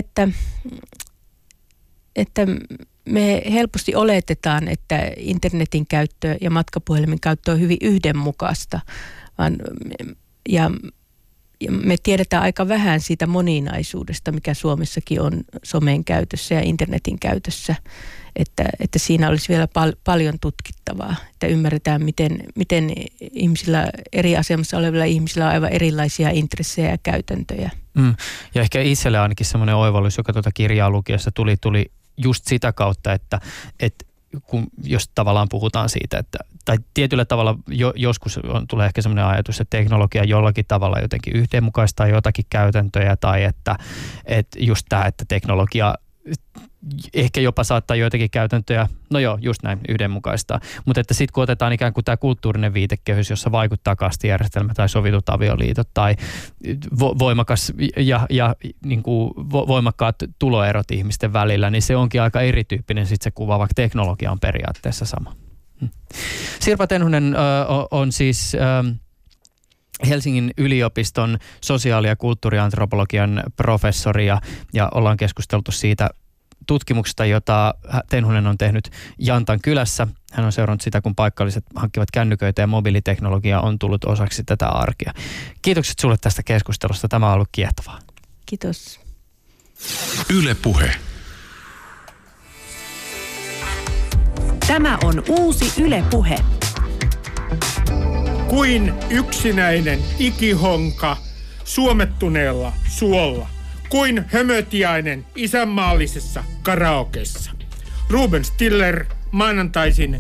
että me helposti oletetaan, että internetin käyttö ja matkapuhelimen käyttö on hyvin yhdenmukaista. Ja me tiedetään aika vähän siitä moninaisuudesta, mikä Suomessakin on somen käytössä ja internetin käytössä. Että siinä olisi vielä paljon tutkittavaa, että ymmärretään, miten ihmisillä, eri asemassa olevilla ihmisillä on aivan erilaisia intressejä ja käytäntöjä.
Ja ehkä itselle ainakin semmoinen oivallus, joka tuota kirjaa lukiessa tuli just sitä kautta, että jos tavallaan puhutaan siitä, tai tietyllä tavalla joskus tulee ehkä semmoinen ajatus, että teknologia jollakin tavalla jotenkin yhteenmukaistaa jotakin käytäntöjä, tai että just tämä, että teknologia ehkä jopa saattaa joitakin käytäntöjä, no joo, just näin, yhdenmukaistaa. Mutta että sitten kun otetaan ikään kuin tämä kulttuurinen viitekehys, jossa vaikuttaa kastijärjestelmä tai sovitut avioliitot tai voimakas ja niin kuin voimakkaat tuloerot ihmisten välillä, niin se onkin aika erityyppinen sitten se kuva, vaikka teknologia on periaatteessa sama. Sirpa Tenhonen on siis Helsingin yliopiston sosiaali- ja kulttuuriantropologian professori ja ollaan keskusteltu siitä tutkimuksesta, jota Tenhonen on tehnyt Jantan kylässä. Hän on seurannut sitä, kun paikalliset hankkivat kännyköitä ja mobiiliteknologia on tullut osaksi tätä arkea. Kiitokset sulle tästä keskustelusta. Tämä on ollut kiehtovaa.
Kiitos.
Yle Puhe.
Tämä on uusi Yle Puhe.
Kuin yksinäinen ikihonka suomettuneella suolla. Kuin hömötiainen isänmaallisessa karaokessa. Ruben Stiller, maanantaisin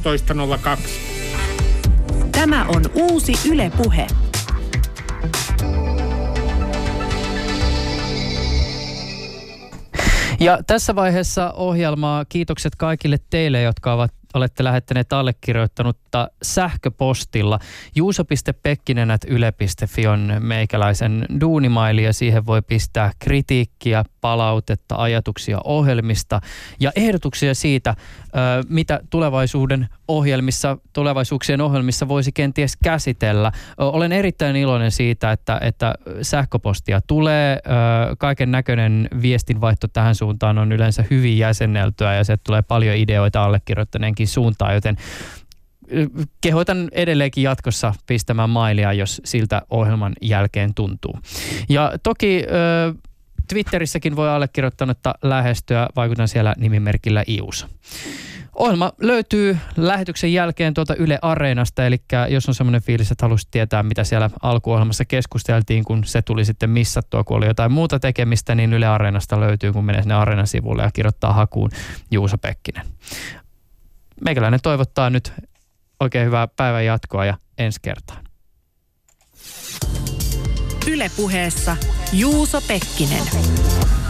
15.02.
Tämä on uusi Yle Puhe.
Ja tässä vaiheessa ohjelmaa kiitokset kaikille teille, jotka olette lähettäneet allekirjoittanutta sähköpostilla. juuso.pekkinen@yle.fi on meikäläisen duunimaili ja siihen voi pistää kritiikkiä, palautetta, ajatuksia ohjelmista ja ehdotuksia siitä, mitä tulevaisuuksien ohjelmissa voisi kenties käsitellä. Olen erittäin iloinen siitä, että sähköpostia tulee. Kaiken näköinen viestinvaihto tähän suuntaan on yleensä hyvin jäsenneltyä ja se tulee paljon ideoita allekirjoittaneenkin suuntaan, joten kehotan edelleenkin jatkossa pistämään mailia, jos siltä ohjelman jälkeen tuntuu. Ja toki Twitterissäkin voi allekirjoittanutta lähestyä, vaikutan siellä nimimerkillä Iusa. Ohjelma löytyy lähetyksen jälkeen tuolta Yle Areenasta, eli jos on semmoinen fiilis, että haluaisit tietää, mitä siellä alkuohjelmassa keskusteltiin, kun se tuli sitten missattua, kun oli jotain muuta tekemistä, niin Yle Areenasta löytyy, kun menee sinne Areenan sivulle ja kirjoittaa hakuun Juuso Pekkinen. Meikäläinen toivottaa nyt oikein hyvää päivän jatkoa ja ensi kertaan.
Yle Puheessa Juuso Pekkinen.